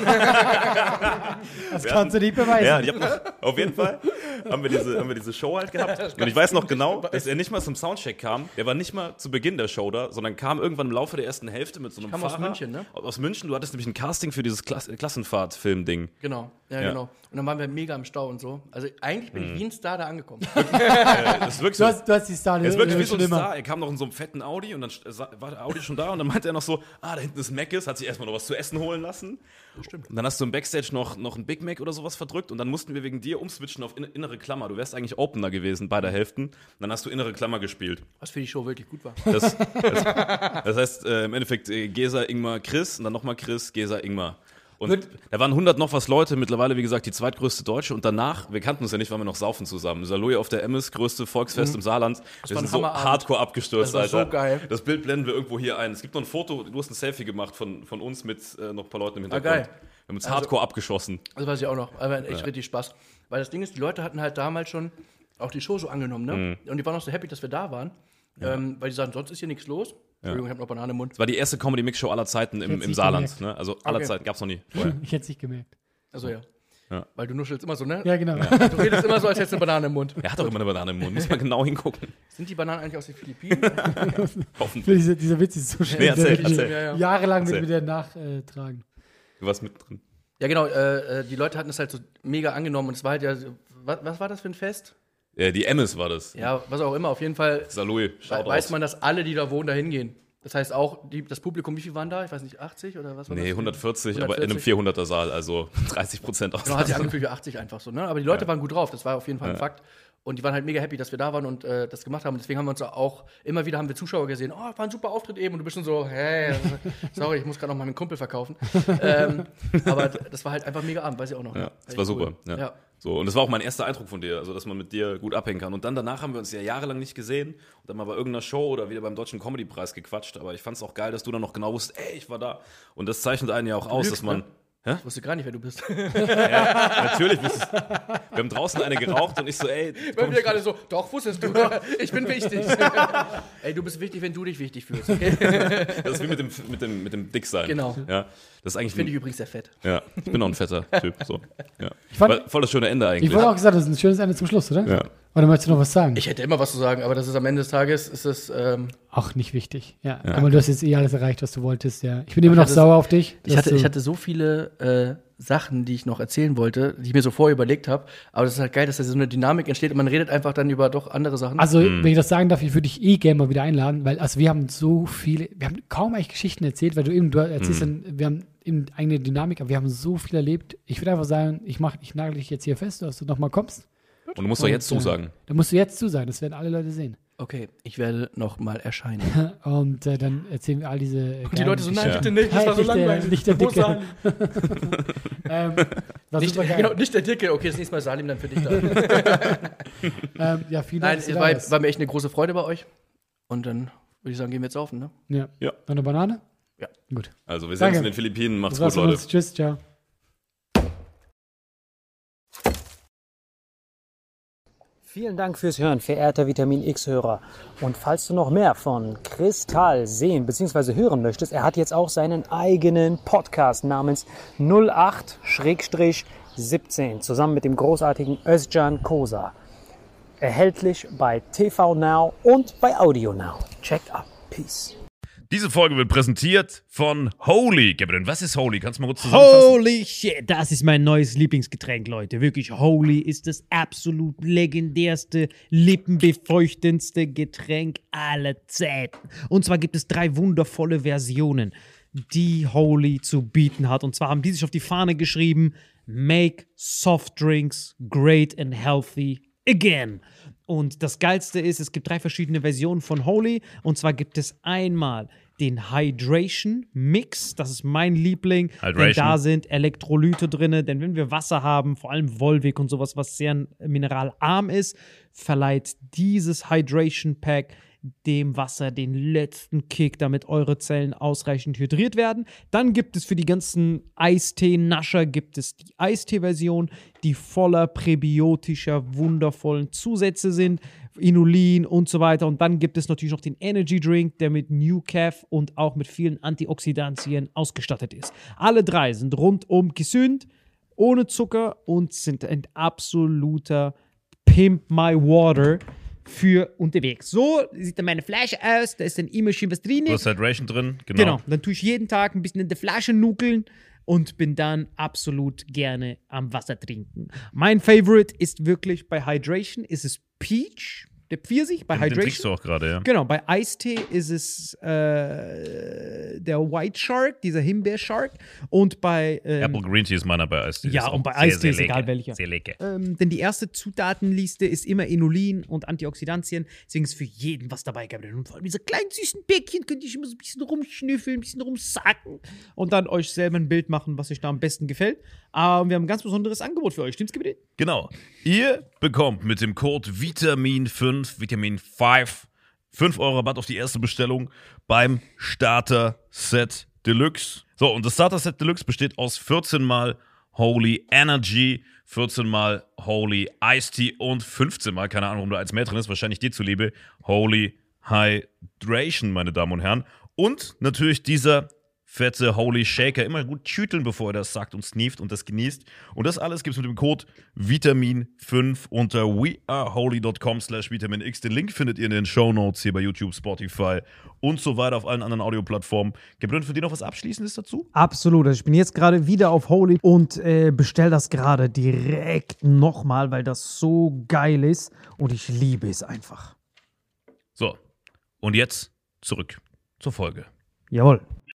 das kannst du nicht beweisen. Ja, ich hab noch, auf jeden Fall haben wir, diese, haben wir diese Show halt gehabt. Und ich weiß noch genau, dass er nicht mal zum Soundcheck kam. Der war nicht mal zu Beginn der Show da, sondern kam irgendwann im Laufe der ersten Hälfte mit so einem kam aus Fahrer. München, ne? Aus München. Du hattest nämlich ein Casting für dieses Klass Klassenfahrt-Film-Ding. Genau, ja, Ja. genau. Und dann waren wir mega im Stau und so. Also eigentlich bin ich wie ein Star da angekommen. Das ist wirklich Du so. hast, du hast die Star Er ist wirklich wie so schon ein immer. Star. Er kam noch in so einem fetten Audi und dann st- sa- war der Audi schon da und dann meinte er noch so, ah, da hinten ist Mc's, hat sich erstmal noch was zu essen holen lassen. Stimmt. Und dann hast du im Backstage noch, noch ein Big Mac oder sowas verdrückt und dann mussten wir wegen dir umswitchen auf in, innere Klammer. Du wärst eigentlich Opener gewesen, beider Hälften. Und dann hast du innere Klammer gespielt. Was für die Show wirklich gut war. Das, das, das heißt, äh, im Endeffekt äh, Gesa, Ingmar, Chris und dann nochmal Chris, Gesa, Ingmar. Und Wird- da waren hundert noch was Leute, mittlerweile, wie gesagt, die zweitgrößte Deutsche. Und danach, wir kannten uns ja nicht, weil wir noch saufen zusammen. Saloy auf der Emmes, größte Volksfest im Saarland. Wir war ein sind so Hammerabend. hardcore abgestürzt, Das war Alter. so geil. Das Bild blenden wir irgendwo hier ein. Es gibt noch ein Foto, du hast ein Selfie gemacht von, von uns mit äh, noch ein paar Leuten im Hintergrund. geil. Wir haben uns hardcore abgeschossen. Das weiß ich auch noch. Aber echt richtig Spaß. Weil das Ding ist, die Leute hatten halt damals schon auch die Show so angenommen, ne? Mhm. Und die waren auch so happy, dass wir da waren. Ähm, weil die sagen, sonst ist hier nichts los. Entschuldigung, ich habe noch Banane im Mund. Das war die erste Comedy-Mix-Show aller Zeiten im, Hätt's im nicht Saarland. gemerkt. Ne? Also aller Okay. Zeiten, gab's noch nie. Vorher. Ich hätte es nicht gemerkt. Also ja. Ja. Weil du nuschelst immer so, ne? Ja, genau. Du redest immer so, als hättest du eine Banane im Mund. Er hat doch immer eine Banane im Mund, muss man genau hingucken. Sind die Bananen eigentlich aus den Philippinen? Hoffentlich. Dieser, dieser Witz ist so schnell. Nee, erzähl, der- erzähl. Ja, ja. Jahrelang mit Erzähl. mir nachtragen. Du warst mit drin. Ja, genau. Äh, äh, die Leute hatten es halt so mega angenommen und es war halt ja, so- was, was war das für ein Fest? Äh, die Emmes war das. Ja, was auch immer, auf jeden Fall Salui, schaut weiß aus. man, dass alle, die da wohnen, da hingehen. Das heißt auch, die, das Publikum, wie viel waren da? Ich weiß nicht, achtzig oder was war das? Nee, hundertvierzig, aber in hundertvierzig. einem vierhunderter Saal, also dreißig Prozent aus. Genau, hat sich angefühlt wie achtzig einfach so, ne? Aber die Leute Ja. waren gut drauf, das war auf jeden Fall ein Ja. Fakt. Und die waren halt mega happy, dass wir da waren und äh, das gemacht haben. Deswegen haben wir uns auch, immer wieder haben wir Zuschauer gesehen, oh, war ein super Auftritt eben. Und du bist schon so, hey, sorry, ich muss gerade noch mal meinen Kumpel verkaufen. ähm, aber das war halt einfach mega Abend, weiß ich auch noch. Ja, das Echt war super. cool. Ja. Ja. So, und das war auch mein erster Eindruck von dir, also dass man mit dir gut abhängen kann. Und dann danach haben wir uns ja jahrelang nicht gesehen und dann mal bei irgendeiner Show oder wieder beim Deutschen Comedy-Preis gequatscht. Aber ich fand es auch geil, dass du dann noch genau wusstest, ey, ich war da. Und das zeichnet einen ja auch aus, lügst, dass man. ne? Hä? Ich wusste gar nicht, wer du bist. Ja, natürlich. Bist du, wir haben draußen eine geraucht und ich so, ey, Weil wir gerade so, doch, wusstest du, ich bin wichtig. Ey, du bist wichtig, wenn du dich wichtig fühlst, okay? das ist wie mit dem, mit dem, mit dem Dicksein. Genau. Ja, das ist eigentlich. Finde ich übrigens sehr fett. Ja, ich bin auch ein fetter Typ. So. Ja. fand- War voll das schöne Ende eigentlich. Ich wollte auch gesagt, das ist ein schönes Ende zum Schluss, oder? Ja. Oder möchtest du noch was sagen? Ich hätte immer was zu sagen, aber das ist am Ende des Tages, ist es, ähm, Auch nicht wichtig. Ja. Aber du hast jetzt eh alles erreicht, was du wolltest, ja. Ich bin immer Ich noch hatte- sauer auf dich. ich dass hatte, du- ich hatte so viele äh, Sachen, die ich noch erzählen wollte, die ich mir so vorher überlegt habe. Aber das ist halt geil, dass da so eine Dynamik entsteht und man redet einfach dann über doch andere Sachen. Also, wenn ich das sagen darf, ich würde dich eh gerne mal wieder einladen, weil also wir haben so viele, wir haben kaum eigentlich Geschichten erzählt, weil du eben, du erzählst dann, wir haben eben eigene Dynamik, aber wir haben so viel erlebt. Ich würde einfach sagen, ich mach, ich nagel dich jetzt hier fest, dass du noch mal kommst. Und du musst doch jetzt Und, äh, zusagen. Da musst du jetzt zusagen, das werden alle Leute sehen. Okay, ich werde noch mal erscheinen. Und äh, dann erzählen wir all diese. äh, Und die Leute so, nein, Ja. bitte nicht, das war so Nicht der- langweilig. nicht der Wo Dicke. Salim? ähm, war Nicht, super geil. genau, nicht der Dicke. Okay, das nächste Mal Salim dann für dich da. ähm, ja, vielen Dank. Nein, dass es du da war, warst. war mir echt eine große Freude bei euch. Und dann würde ich sagen, gehen wir jetzt auf, ne? Ja. Ja. Noch eine Banane? Ja. Gut. Also, wir sehen Danke. uns in den Philippinen. Macht's Das war's gut, von Leute. uns. Tschüss, ciao. Vielen Dank fürs Hören, verehrter Vitamin X-Hörer. Und falls du noch mehr von Kristall sehen bzw. hören möchtest, er hat jetzt auch seinen eigenen Podcast namens null acht siebzehn zusammen mit dem großartigen Özcan Kosa. Erhältlich bei T V Now und bei Audio Now. Check up. Peace. Diese Folge wird präsentiert von Holy. Gabriel, was ist Holy? Kannst du mal kurz zusammenfassen? Holy shit, das ist mein neues Lieblingsgetränk, Leute. Wirklich, Holy ist das absolut legendärste, lippenbefeuchtendste Getränk aller Zeiten. Und zwar gibt es drei wundervolle Versionen, die Holy zu bieten hat. Und zwar haben die sich auf die Fahne geschrieben, Make Soft Drinks Great and Healthy Again. Und das Geilste ist, es gibt drei verschiedene Versionen von Holy. Und zwar gibt es einmal den Hydration Mix. Das ist mein Liebling. Denn Hydration. da sind Elektrolyte drin. Denn wenn wir Wasser haben, vor allem Volvic und sowas, was sehr mineralarm ist, verleiht dieses Hydration Pack dem Wasser den letzten Kick, damit eure Zellen ausreichend hydriert werden. Dann gibt es für die ganzen Eistee-Nascher gibt es die Eistee-Version, die voller präbiotischer, wundervollen Zusätze sind, Inulin und so weiter. Und dann gibt es natürlich noch den Energy Drink, der mit New Caf und auch mit vielen Antioxidantien ausgestattet ist. Alle drei sind rundum gesund, ohne Zucker und sind ein absoluter Pimp My Water für unterwegs. So sieht dann meine Flasche aus, da ist dann immer schön was drin. Du hast Hydration drin, genau. Genau, dann tue ich jeden Tag ein bisschen in der Flasche nuckeln und bin dann absolut gerne am Wasser trinken. Mein Favorite ist wirklich bei Hydration, ist es Peach, der Pfirsich bei Den, den trinkst Hydration. du auch gerade, ja. Genau, bei Eistee ist es äh, der White Shark, dieser Himbeer-Shark. Und bei ähm, Apple Green Tea ist meiner bei Eistee. Ja, Ist auch und bei sehr, Eistee sehr ist lecker. egal welcher. Sehr lecker. Ähm, denn die erste Zutatenliste ist immer Inulin und Antioxidantien. Deswegen ist für jeden was dabei, Gabriel. Und vor allem diese kleinen süßen Bäckchen könnt ihr immer so ein bisschen rumschnüffeln, ein bisschen rumsacken und dann euch selber ein Bild machen, was euch da am besten gefällt. Aber wir haben ein ganz besonderes Angebot für euch. Stimmt's, Gabriel? Genau. Ihr bekommt mit dem Code Vitamin fünf, Vitamin fünf, fünf Euro Rabatt auf die erste Bestellung beim Starter Set Deluxe. So, und das Starter Set Deluxe besteht aus vierzehn mal Holy Energy, vierzehn mal Holy Iced Tea und fünfzehn mal, keine Ahnung, warum da eins mehr drin ist, wahrscheinlich dir zuliebe, Holy Hydration, meine Damen und Herren. Und natürlich dieser fette Holy Shaker. Immer gut tüteln, bevor er das sagt und sneeft und das genießt. Und das alles gibt's mit dem Code Vitamin fünf unter weareholy.com slash vitaminx. Den Link findet ihr in den Shownotes hier bei YouTube, Spotify und so weiter auf allen anderen Audioplattformen. Gabriel, für dir noch was Abschließendes dazu? Absolut. Also ich bin jetzt gerade wieder auf Holy und äh, bestell das gerade direkt nochmal, weil das so geil ist und ich liebe es einfach. So, und jetzt zurück zur Folge. Jawohl.